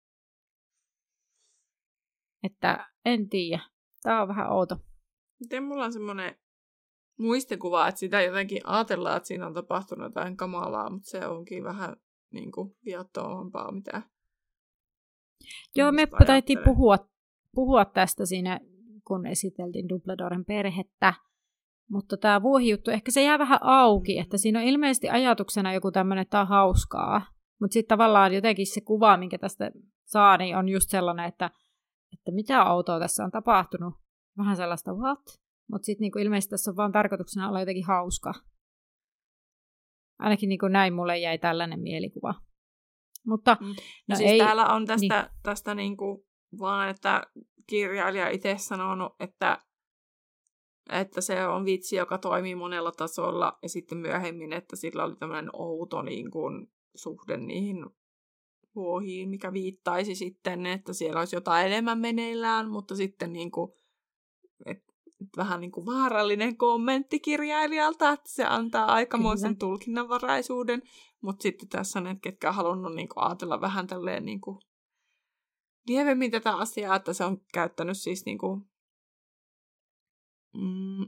Speaker 2: Että en tiedä. Tämä on vähän outo.
Speaker 1: Miten mulla on semmoinen muistikuva, että sitä jotenkin ajatellaan, että siinä on tapahtunut jotain kamalaa, mutta se onkin vähän niin kuin viattomampaa, mitä...
Speaker 2: Joo, me taittiin puhua, puhua tästä siinä, kun esiteltiin Dumbledoren perhettä. Mutta tämä vuohijuttu, ehkä se jää vähän auki, että siinä on ilmeisesti ajatuksena joku tämmöinen, että tämä on hauskaa. Mutta sitten tavallaan jotenkin se kuva, minkä tästä saa, niin on just sellainen, että että mitä autoa tässä on tapahtunut. Vähän sellaista what? Mutta sitten niinku ilmeisesti tässä on vaan tarkoituksena olla jotenkin hauska. Ainakin niinku näin mulle jäi tällainen mielikuva. Mutta
Speaker 1: mm. no siis ei, täällä on tästä, niin. tästä niinku vaan, että kirjailija itse sanonut, että, että se on vitsi, joka toimii monella tasolla. Ja sitten myöhemmin, että sillä oli tämmöinen outo niinku suhde niihin vuohiin, mikä viittaisi sitten, että siellä olisi jotain enemmän meneillään, mutta sitten niin kuin, et, et vähän niin kuin vaarallinen kommentti kirjailijalta, että se antaa aikamoisen tulkinnanvaraisuuden, mutta sitten tässä on ne, ketkä on halunnut niin kuin ajatella vähän tälleen niin kuin lievemmin tätä asiaa, että se on käyttänyt siis niin kuin, mm,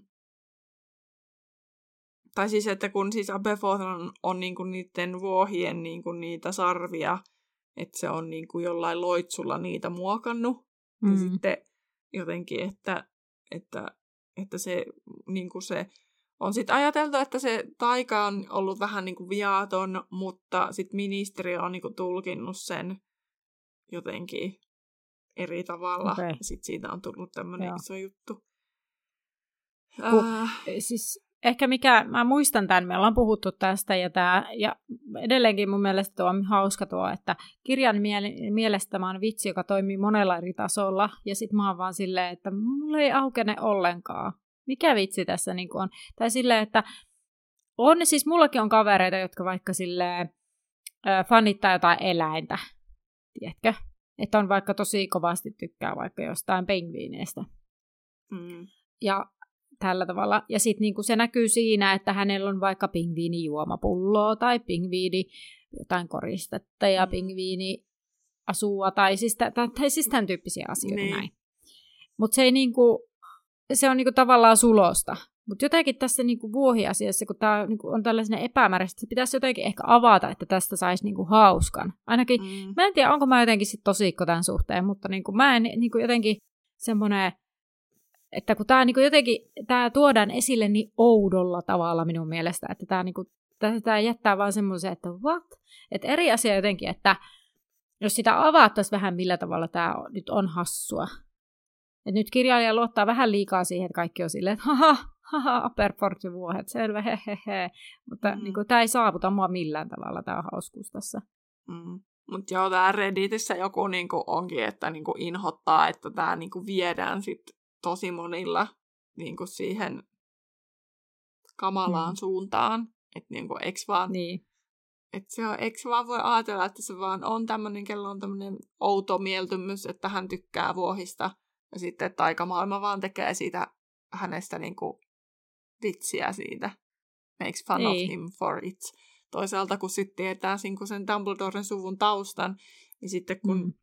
Speaker 1: tai siis, että kun siis Aberforth on, on niin kuin niiden vuohien niin kuin niitä sarvia, että se on niin kuin jollain loitsulla niitä muokannut. Mm. Ja sitten jotenkin, että, että, että se, niin kuin se on sitten ajateltu, että se taika on ollut vähän niin kuin viaton, mutta sitten ministeriö on niin kuin tulkinnut sen jotenkin eri tavalla. Okay. Ja sitten siitä on tullut tämmöinen iso juttu.
Speaker 2: Kun, uh, siis... Ehkä mikä, mä muistan tämän, me ollaan puhuttu tästä, ja, tää, ja edelleenkin mun mielestä tuo on hauska tuo, että kirjan miele- mielestä tämä on vitsi, joka toimii monella eri tasolla, ja sit mä oon vaan silleen, että mulla ei aukene ollenkaan. Mikä vitsi tässä niin on? Tai silleen, että on, siis mullakin on kavereita, jotka vaikka silleen äh, fanittaa jotain eläintä, tiedätkö? Että on vaikka tosi kovasti tykkää vaikka jostain pingviineistä. Mm. Ja tällä tavalla. Ja sitten niinku se näkyy siinä, että hänellä on vaikka pingviinijuomapulloa tai pingviini jotain koristetta ja mm. pingviini asua tai siis, t- tai siis tämän tyyppisiä asioita niin. Näin. Mutta se ei niinku, se on niinku tavallaan sulosta. Mutta jotenkin tässä niinku vuohiasiassa, kun tämä niinku on tällainen epämääräistä, se pitäisi jotenkin ehkä avata, että tästä saisi niinku hauskan. Ainakin, mm. mä en tiedä, onko mä jotenkin sit tosikko tämän suhteen, mutta niinku mä en niinku jotenkin semmoinen, että kun tämä niinku jotenkin tää tuodaan esille niin oudolla tavalla minun mielestä, että tämä niinku, jättää vaan semmoisen, että what? Että eri asia jotenkin, että jos sitä avattaisiin vähän millä tavalla tämä nyt on hassua. Et nyt kirjailija luottaa vähän liikaa siihen, että kaikki on silleen, että haha, haha, Aberforth vuohet, selvä, hehehe. Mutta mm. niinku, tämä ei saavuta mua millään tavalla, tämä hauskuus tässä.
Speaker 1: Mm. Mutta joo, tämä Redditissä joku niinku onkin, että niinku inhottaa, että tämä niinku viedään sitten tosi monilla niinku siihen kamalaan mm. suuntaan. Että niinku, eks vaan...
Speaker 2: Niin.
Speaker 1: Että se on, eikö vaan voi ajatella, että se vaan on tämmöinen, kello on tämmöinen outo mieltymys, että hän tykkää vuohista. Ja sitten, että aikamaailma vaan tekee siitä hänestä niin kuin vitsiä siitä. Makes fun niin. of him for it. Toisaalta kun sitten tietää sen Dumbledoren suvun taustan, niin sitten kun mm.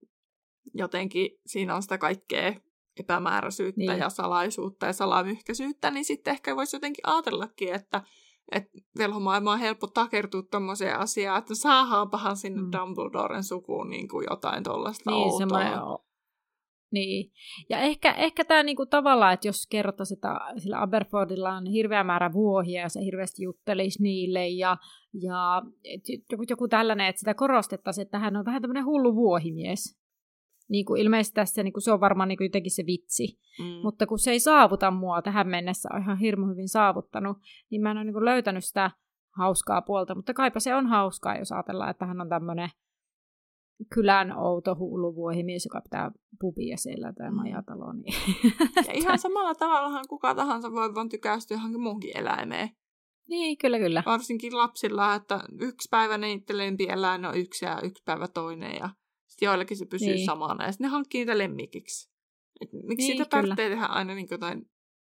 Speaker 1: jotenkin siinä on sitä kaikkea epämääräisyyttä niin. ja salaisuutta ja salamyhkäisyyttä, niin sitten ehkä voisi jotenkin ajatellakin, että että velhomaailma on helppo takertua tommoseen asiaan, että saadaanpahan sinne mm. Dumbledoren sukuun niin kuin jotain tuollaista
Speaker 2: niin,
Speaker 1: outoa.
Speaker 2: Niin, ja ehkä, ehkä tämä niinku tavallaan, että jos kerrottaisiin, että sillä Aberfordilla on hirveä määrä vuohia ja se hirveästi juttelisi niille ja, ja joku, joku tällainen, että sitä korostettaisiin, että hän on vähän tämmöinen hullu vuohimies. Niin kuin ilmeisesti tässä niin kuin se on varmaan niin kuin jotenkin se vitsi. Mm. Mutta kun se ei saavuta mua tähän mennessä, on ihan hirmu hyvin saavuttanut, niin mä en ole niin kuin löytänyt sitä hauskaa puolta. Mutta kaipa se on hauskaa, jos ajatellaan, että hän on tämmöinen kylän outo hullu vuohimies, joka pitää pubia siellä tai majataloa. Niin.
Speaker 1: Ja ihan samalla tavallahan kuka tahansa voi vaan tykästyä johonkin muuhunkin eläimeen.
Speaker 2: Niin, kyllä, kyllä.
Speaker 1: Varsinkin lapsilla, että yksi päivä niitä lempieläin on yksi ja yksi päivä toinen ja sitten joillekin se pysyy niin. samana, ja sitten ne hankkii niitä lemmikiksi. Et miksi niin, sitä tarvitsee tehdä aina niin jotain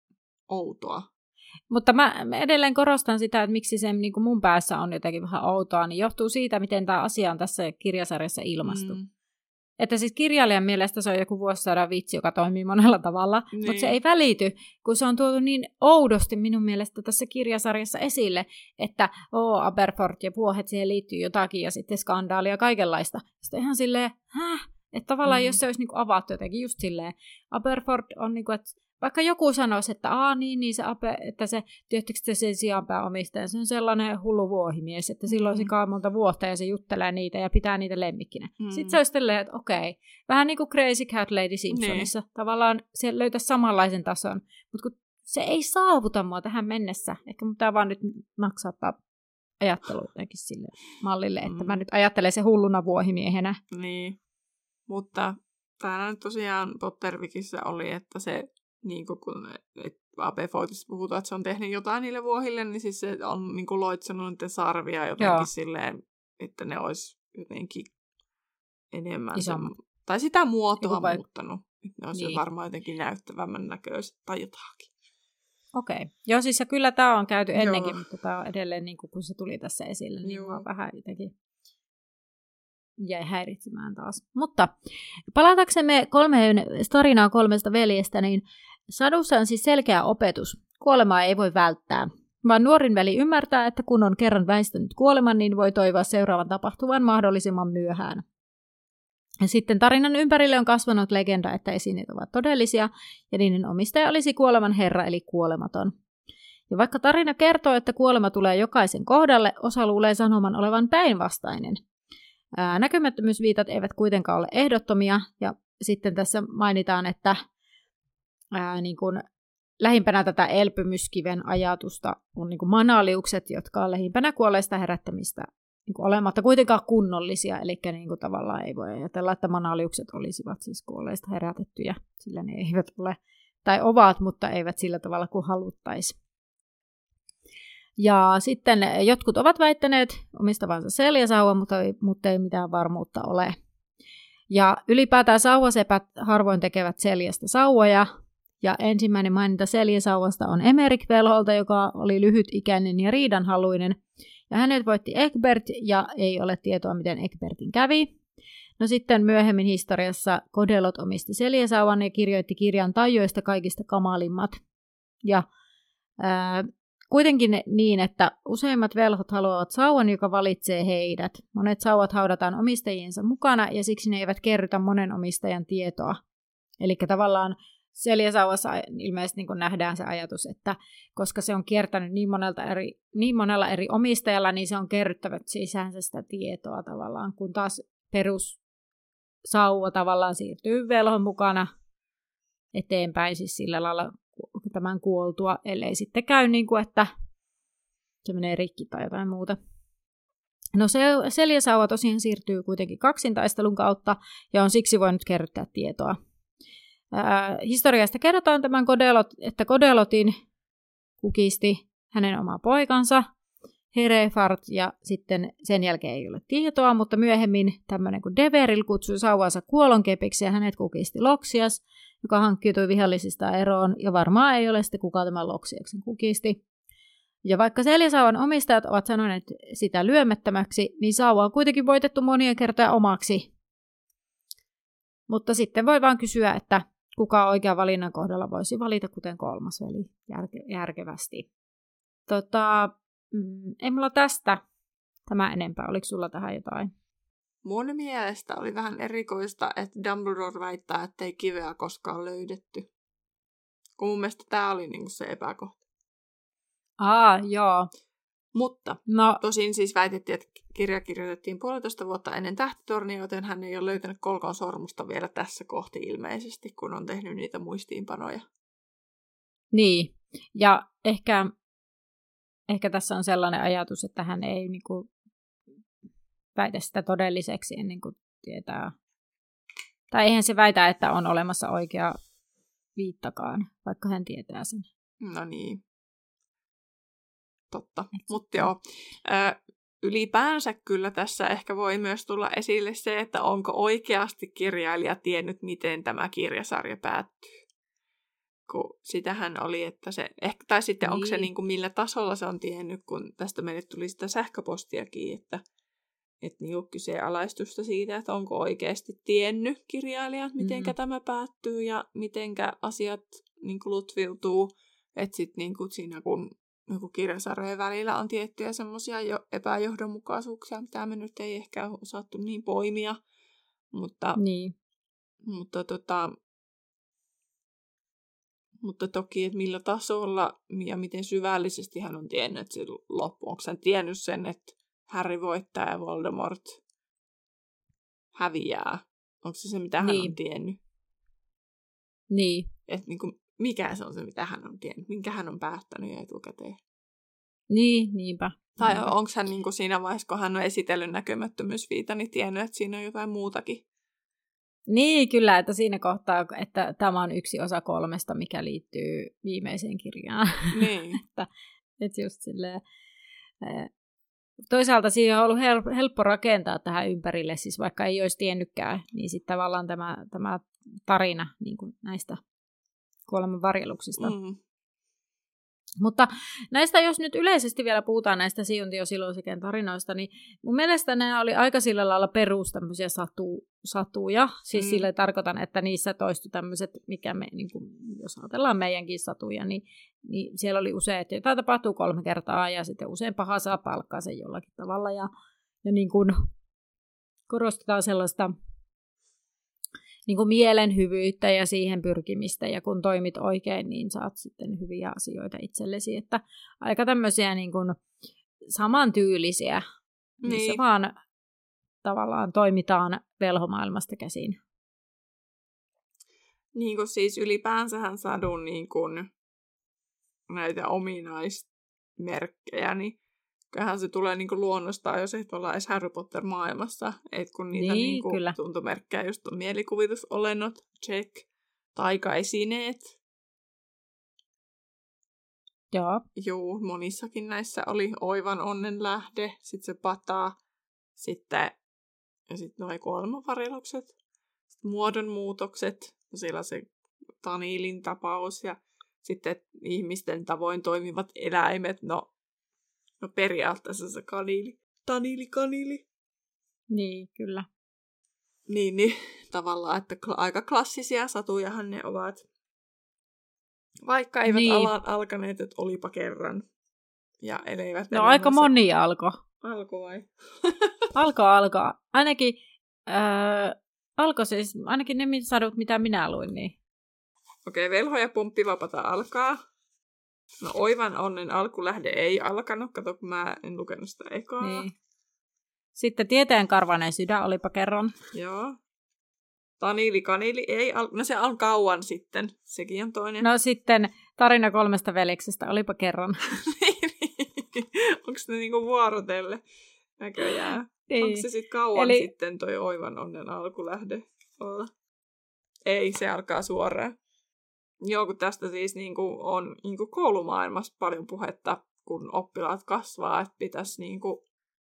Speaker 1: outoa?
Speaker 2: Mutta mä edelleen korostan sitä, että miksi se niin kuin mun päässä on jotenkin vähän outoa, niin johtuu siitä, miten tämä asia on tässä kirjasarjassa ilmastu. Mm. Että siis kirjailijan mielestä se on joku vuosisadan vitsi, joka toimii monella tavalla, niin. mutta se ei välity, kun se on tuotu niin oudosti minun mielestä tässä kirjasarjassa esille, että oo, Aberford ja vuohet, siihen liittyy jotakin ja sitten skandaalia ja kaikenlaista. Sitten ihan silleen, häh? Että tavallaan mm. jos se olisi niinku avattu jotenkin just silleen, Aberford on niinku, että vaikka joku sanoisi, että aa niin, niin se, ape, että se työttekö se sen sijaan pääomistaja, se on sellainen hullu vuohimies, että silloin mm. se kaa monta vuotta ja se juttelee niitä ja pitää niitä lemmikkinä. Mm. Sitten se olisi silleen, että okei, vähän niin kuin Crazy Cat Lady Simpsonissa, niin. tavallaan se löytäisi samanlaisen tason, mutta kun se ei saavuta mua tähän mennessä, ehkä mun pitää vaan nyt naksattaa ajattelu jotenkin sille mallille, että mm. mä nyt ajattelen se hulluna vuohimiehenä.
Speaker 1: Niin, mutta täällä nyt tosiaan Pottervikissä oli, että se niin kun Aberfordista puhutaan, että se on tehnyt jotain niille vuohille, niin siis se on niin kuin loitsanut niiden sarvia jotenkin Joo. silleen, että ne olisi jotenkin enemmän, se, tai sitä muotoa vai... muuttanut. Että ne olisi niin. varmaan jotenkin näyttävämmän näköiset tai jotakin.
Speaker 2: Okei. Okay. Joo, siis ja kyllä tämä on käyty ennenkin, Joo. mutta tämä on edelleen, niin kuin, kun se tuli tässä esille, niin Joo. vähän jotenkin jäi häiritsemään taas. Mutta palataksemme kolmeen tarinaan kolmesta veljestä, niin sadussa on siis selkeä opetus. Kuolemaa ei voi välttää, vaan nuorin veli ymmärtää, että kun on kerran väistänyt kuoleman, niin voi toivoa seuraavan tapahtuvan mahdollisimman myöhään. Ja sitten tarinan ympärille on kasvanut legenda, että esineet ovat todellisia, ja niiden omistaja olisi kuoleman herra, eli kuolematon. Ja vaikka tarina kertoo, että kuolema tulee jokaisen kohdalle, osa luulee sanoman olevan päinvastainen. Ää, näkymättömyysviitat eivät kuitenkaan ole ehdottomia, ja sitten tässä mainitaan, että ää, niin kuin lähimpänä tätä elpymyskiven ajatusta on niin kuin manaliukset, jotka on lähimpänä kuolleista herättämistä niin kuin olematta kuitenkaan kunnollisia, eli niin kuin tavallaan ei voi ajatella, että manaliukset olisivat siis kuolleista herätettyjä, sillä ne eivät ole, tai ovat, mutta eivät sillä tavalla kuin haluttaisiin. Ja sitten jotkut ovat väittäneet omistavansa seljäsauvan, mutta ei, mutta ei mitään varmuutta ole. Ja ylipäätään sauvasepät harvoin tekevät seljästä sauvoja. Ja ensimmäinen maininta seljäsauvasta on Emerick-velholta, joka oli lyhytikäinen ja riidanhaluinen. Ja hänet voitti Egbert, ja ei ole tietoa, miten Egbertin kävi. No sitten myöhemmin historiassa Codelot omisti seljäsauvan ja kirjoitti kirjan tajoista kaikista kamalimmat. Ja ää, kuitenkin niin, että useimmat velhot haluavat sauvan, joka valitsee heidät. Monet sauvat haudataan omistajiensa mukana, ja siksi ne eivät kerrytä monen omistajan tietoa. Eli tavallaan seljäsauvassa ilmeisesti niin kuin nähdään se ajatus, että koska se on kiertänyt niin, monelta eri, niin monella eri omistajalla, niin se on kerryttävät sisäänsä sitä tietoa tavallaan, kun taas perussauva tavallaan siirtyy velhon mukana eteenpäin, siis sillä lailla tämän kuoltua, ellei sitten käy niin kuin, että se menee rikki tai jotain muuta. No se seljäsauva tosiaan siirtyy kuitenkin kaksintaistelun kautta ja on siksi voinut kerryttää tietoa. Ää, historiasta kerrotaan tämän Codelot, että Codelotin kukisti hänen oma poikansa, Hereford, ja sitten sen jälkeen ei ole tietoa, mutta myöhemmin tämmöinen kuin Deveril kutsui sauvansa kuolonkepiksi ja hänet kukisti Loxias, joka hankkiutui vihollisista eroon, ja varmaan ei ole sitten kukaan tämän Loksiaksen kukisti. Ja vaikka Seljasauvan omistajat ovat sanoneet sitä lyömättömäksi, niin sauva on kuitenkin voitettu monien kertoja omaksi. Mutta sitten voi vaan kysyä, että kuka oikean valinnan kohdalla voisi valita kuten kolmas veli järke- järkevästi. Tota, mm, ei mulla tästä tämä enempää. Oliko sulla tähän jotain?
Speaker 1: Mun mielestä oli vähän erikoista, että Dumbledore väittää, että ei kiveä koskaan löydetty. Kun mun mielestä tämä oli niinku se epäkohta.
Speaker 2: Aa, joo.
Speaker 1: Mutta
Speaker 2: no.
Speaker 1: tosin siis väitettiin, että kirja kirjoitettiin puolitoista vuotta ennen Tähtitornia, joten hän ei ole löytänyt Kolkon sormusta vielä tässä kohti ilmeisesti, kun on tehnyt niitä muistiinpanoja.
Speaker 2: Niin, ja ehkä, ehkä tässä on sellainen ajatus, että hän ei niinku väitä sitä todelliseksi ennen kuin tietää. Tai eihän se väitä, että on olemassa oikea viittakaan, vaikka hän tietää sen.
Speaker 1: No niin. Totta. Mutta joo, ö, ylipäänsä kyllä tässä ehkä voi myös tulla esille se, että onko oikeasti kirjailija tiennyt, miten tämä kirjasarja päättyy. Kun sitähän oli, että se, ehkä, tai sitten niin. onko se niin kuin millä tasolla se on tiennyt, kun tästä meille tuli sitä sähköpostiakin, että että niin kyseenalaistusta siitä, että onko oikeasti tiennyt kirjailijat, miten mm. tämä päättyy ja miten asiat niin kuin lutviutuu. Että sitten niin siinä kun niin kirjasarjojen välillä on tiettyjä semmoisia jo epäjohdonmukaisuuksia, mitä me nyt ei ehkä osattu niin poimia. Mutta,
Speaker 2: niin.
Speaker 1: mutta, tota, mutta toki, että millä tasolla ja miten syvällisesti hän on tiennyt, että se loppu. Onko hän tiennyt sen, että Harry voittaa ja Voldemort häviää? Onko se se, mitä hän
Speaker 2: niin.
Speaker 1: on tiennyt?
Speaker 2: Niin.
Speaker 1: Että niin kuin, mikä se on se, mitä hän on tiennyt? Minkä hän on päättänyt jo etukäteen?
Speaker 2: Niin, niinpä.
Speaker 1: Tai
Speaker 2: niinpä.
Speaker 1: onko hän niin kuin siinä vaiheessa, kun hän on esitellyt näkymättömyysviita, niin tiennyt, että siinä on jotain muutakin?
Speaker 2: Niin, kyllä, että siinä kohtaa, että tämä on yksi osa kolmesta, mikä liittyy viimeiseen kirjaan.
Speaker 1: Niin.
Speaker 2: että, että just silleen... Toisaalta siihen on ollut helppo rakentaa tähän ympärille, siis vaikka ei olisi tiennytkään, niin sitten tavallaan tämä, tämä tarina niin kuin näistä kuoleman varjeluksista. Mm. Mutta näistä, jos nyt yleisesti vielä puhutaan näistä Siuntio Siloseken tarinoista, niin mun mielestä nämä oli aika sillä lailla perus tämmöisiä satu, satuja. Siis mm. sille tarkoitan, että niissä toistui tämmöiset, mikä me, niin kuin, jos ajatellaan meidänkin satuja, niin, niin siellä oli usein, että jotain tapahtuu kolme kertaa ja sitten usein paha saa palkkaa sen jollakin tavalla. Ja, ja niin kuin korostetaan sellaista niin kuin mielen hyvyyttä ja siihen pyrkimistä, ja kun toimit oikein, niin saat sitten hyviä asioita itsellesi. Että aika tämmöisiä niin kuin samantyylisiä, missä niin. vaan tavallaan toimitaan velhomaailmasta käsin.
Speaker 1: Niin kuin siis ylipäänsähän sadun niin kuin näitä ominaismerkkejä, niin kyllähän se tulee niin kuin luonnostaan, jos et olla edes Harry Potter-maailmassa. Et kun niitä
Speaker 2: niin,
Speaker 1: niin kuin tuntomerkkejä just on mielikuvitusolennot, check, taikaesineet.
Speaker 2: Joo.
Speaker 1: Joo, monissakin näissä oli oivan onnen lähde, sitten se pata, sitten ja sitten nuo kuolemanvarjelukset, sitten muodonmuutokset, siellä se Taniilin tapaus ja sitten ihmisten tavoin toimivat eläimet, no No periaatteessa se kaniili. Taniili, kaniili.
Speaker 2: Niin, kyllä.
Speaker 1: Niin, niin tavallaan, että kla- aika klassisia satujahan ne ovat. Vaikka eivät niin. alan alkaneet, että olipa kerran. Ja elevät.
Speaker 2: No aika moni alko.
Speaker 1: Alko vai?
Speaker 2: alko, alko. Ainakin, äh, alko siis, ainakin ne sadut, mitä minä luin, niin.
Speaker 1: Okei, okay, velho ja pumppivapata alkaa. No oivan onnen alkulähde ei alkanut, kato kun mä en lukenut sitä ekaa. Niin.
Speaker 2: Sitten tieteen karvainen sydän, olipa kerran.
Speaker 1: Joo. Taniili kaniili ei al... No se on kauan sitten, sekin on toinen.
Speaker 2: No sitten tarina kolmesta veljeksestä, olipa kerran.
Speaker 1: Onko ne niinku vuorotelle näköjään? Niin. Onko se sitten kauan Eli... sitten toi oivan onnen alkulähde olla? Ei, se alkaa suoraan. Joo, kun tästä siis niinku on niinku koulumaailmassa paljon puhetta, kun oppilaat kasvaa, että pitäisi niinku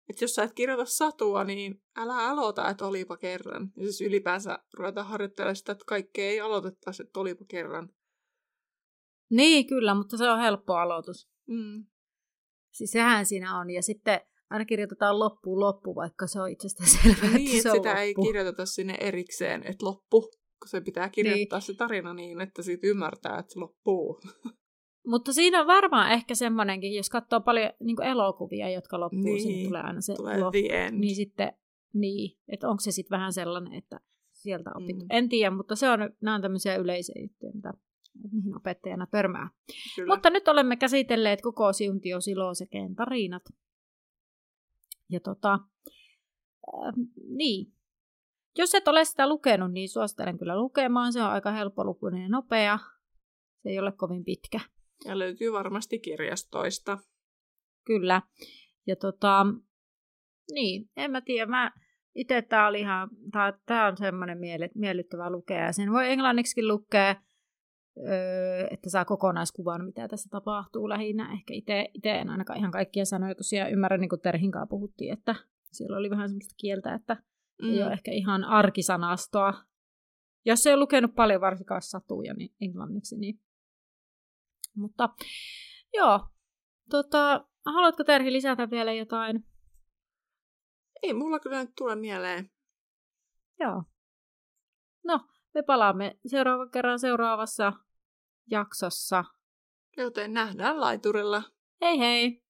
Speaker 1: että jos sä et kirjoita satua, niin älä aloita, että olipa kerran. Ja siis ylipäänsä ruveta harjoittelemaan sitä, että kaikkea ei aloitettaisi, että olipa kerran.
Speaker 2: Niin, kyllä, mutta se on helppo aloitus.
Speaker 1: Mm.
Speaker 2: Siis sehän siinä on. Ja sitten aina kirjoitetaan loppuun loppu, vaikka se on itsestään selvää,
Speaker 1: niin,
Speaker 2: että se on
Speaker 1: sitä
Speaker 2: loppu.
Speaker 1: ei kirjoiteta sinne erikseen, että loppu. Kun se pitää kirjoittaa niin. se tarina niin, että siitä ymmärtää, että se loppuu.
Speaker 2: Mutta siinä on varmaan ehkä semmoinenkin, jos katsoo paljon niin elokuvia, jotka loppuu, niin, sinne tulee aina se
Speaker 1: tulee
Speaker 2: loppu. Niin sitten, niin, että onko se sitten vähän sellainen, että sieltä opit. Mm. En tiedä, mutta se on, nämä on tämmöisiä yleisiä juttuja, mitä, mihin opettajana törmää. Kyllä. Mutta nyt olemme käsitelleet koko Siuntio Silosekeen tarinat. Ja tota, äh, niin. Jos et ole sitä lukenut, niin suosittelen kyllä lukemaan. Se on aika helppolukuinen ja nopea. Se ei ole kovin pitkä.
Speaker 1: Ja löytyy varmasti kirjastoista.
Speaker 2: Kyllä. Ja tota, niin, en mä tiedä. Mä, itse tää oli ihan, tää, tää on semmoinen miellyttävä lukea. Ja sen voi englanniksi lukea, öö, että saa kokonaiskuvan, mitä tässä tapahtuu lähinnä. Ehkä itse en ainakaan ihan kaikkia sanoja tosiaan ymmärrä, niin kuin Terhinkaan puhuttiin, että siellä oli vähän semmoista kieltä, että mm. ei ole ehkä ihan arkisanastoa. Jos ei ole lukenut paljon varsinkaan satuja niin englanniksi, niin. Mutta joo, tota, haluatko Terhi lisätä vielä jotain?
Speaker 1: Ei mulla kyllä nyt tule mieleen.
Speaker 2: Joo. No, me palaamme seuraavan kerran seuraavassa jaksossa.
Speaker 1: Joten nähdään laiturilla.
Speaker 2: Hei hei!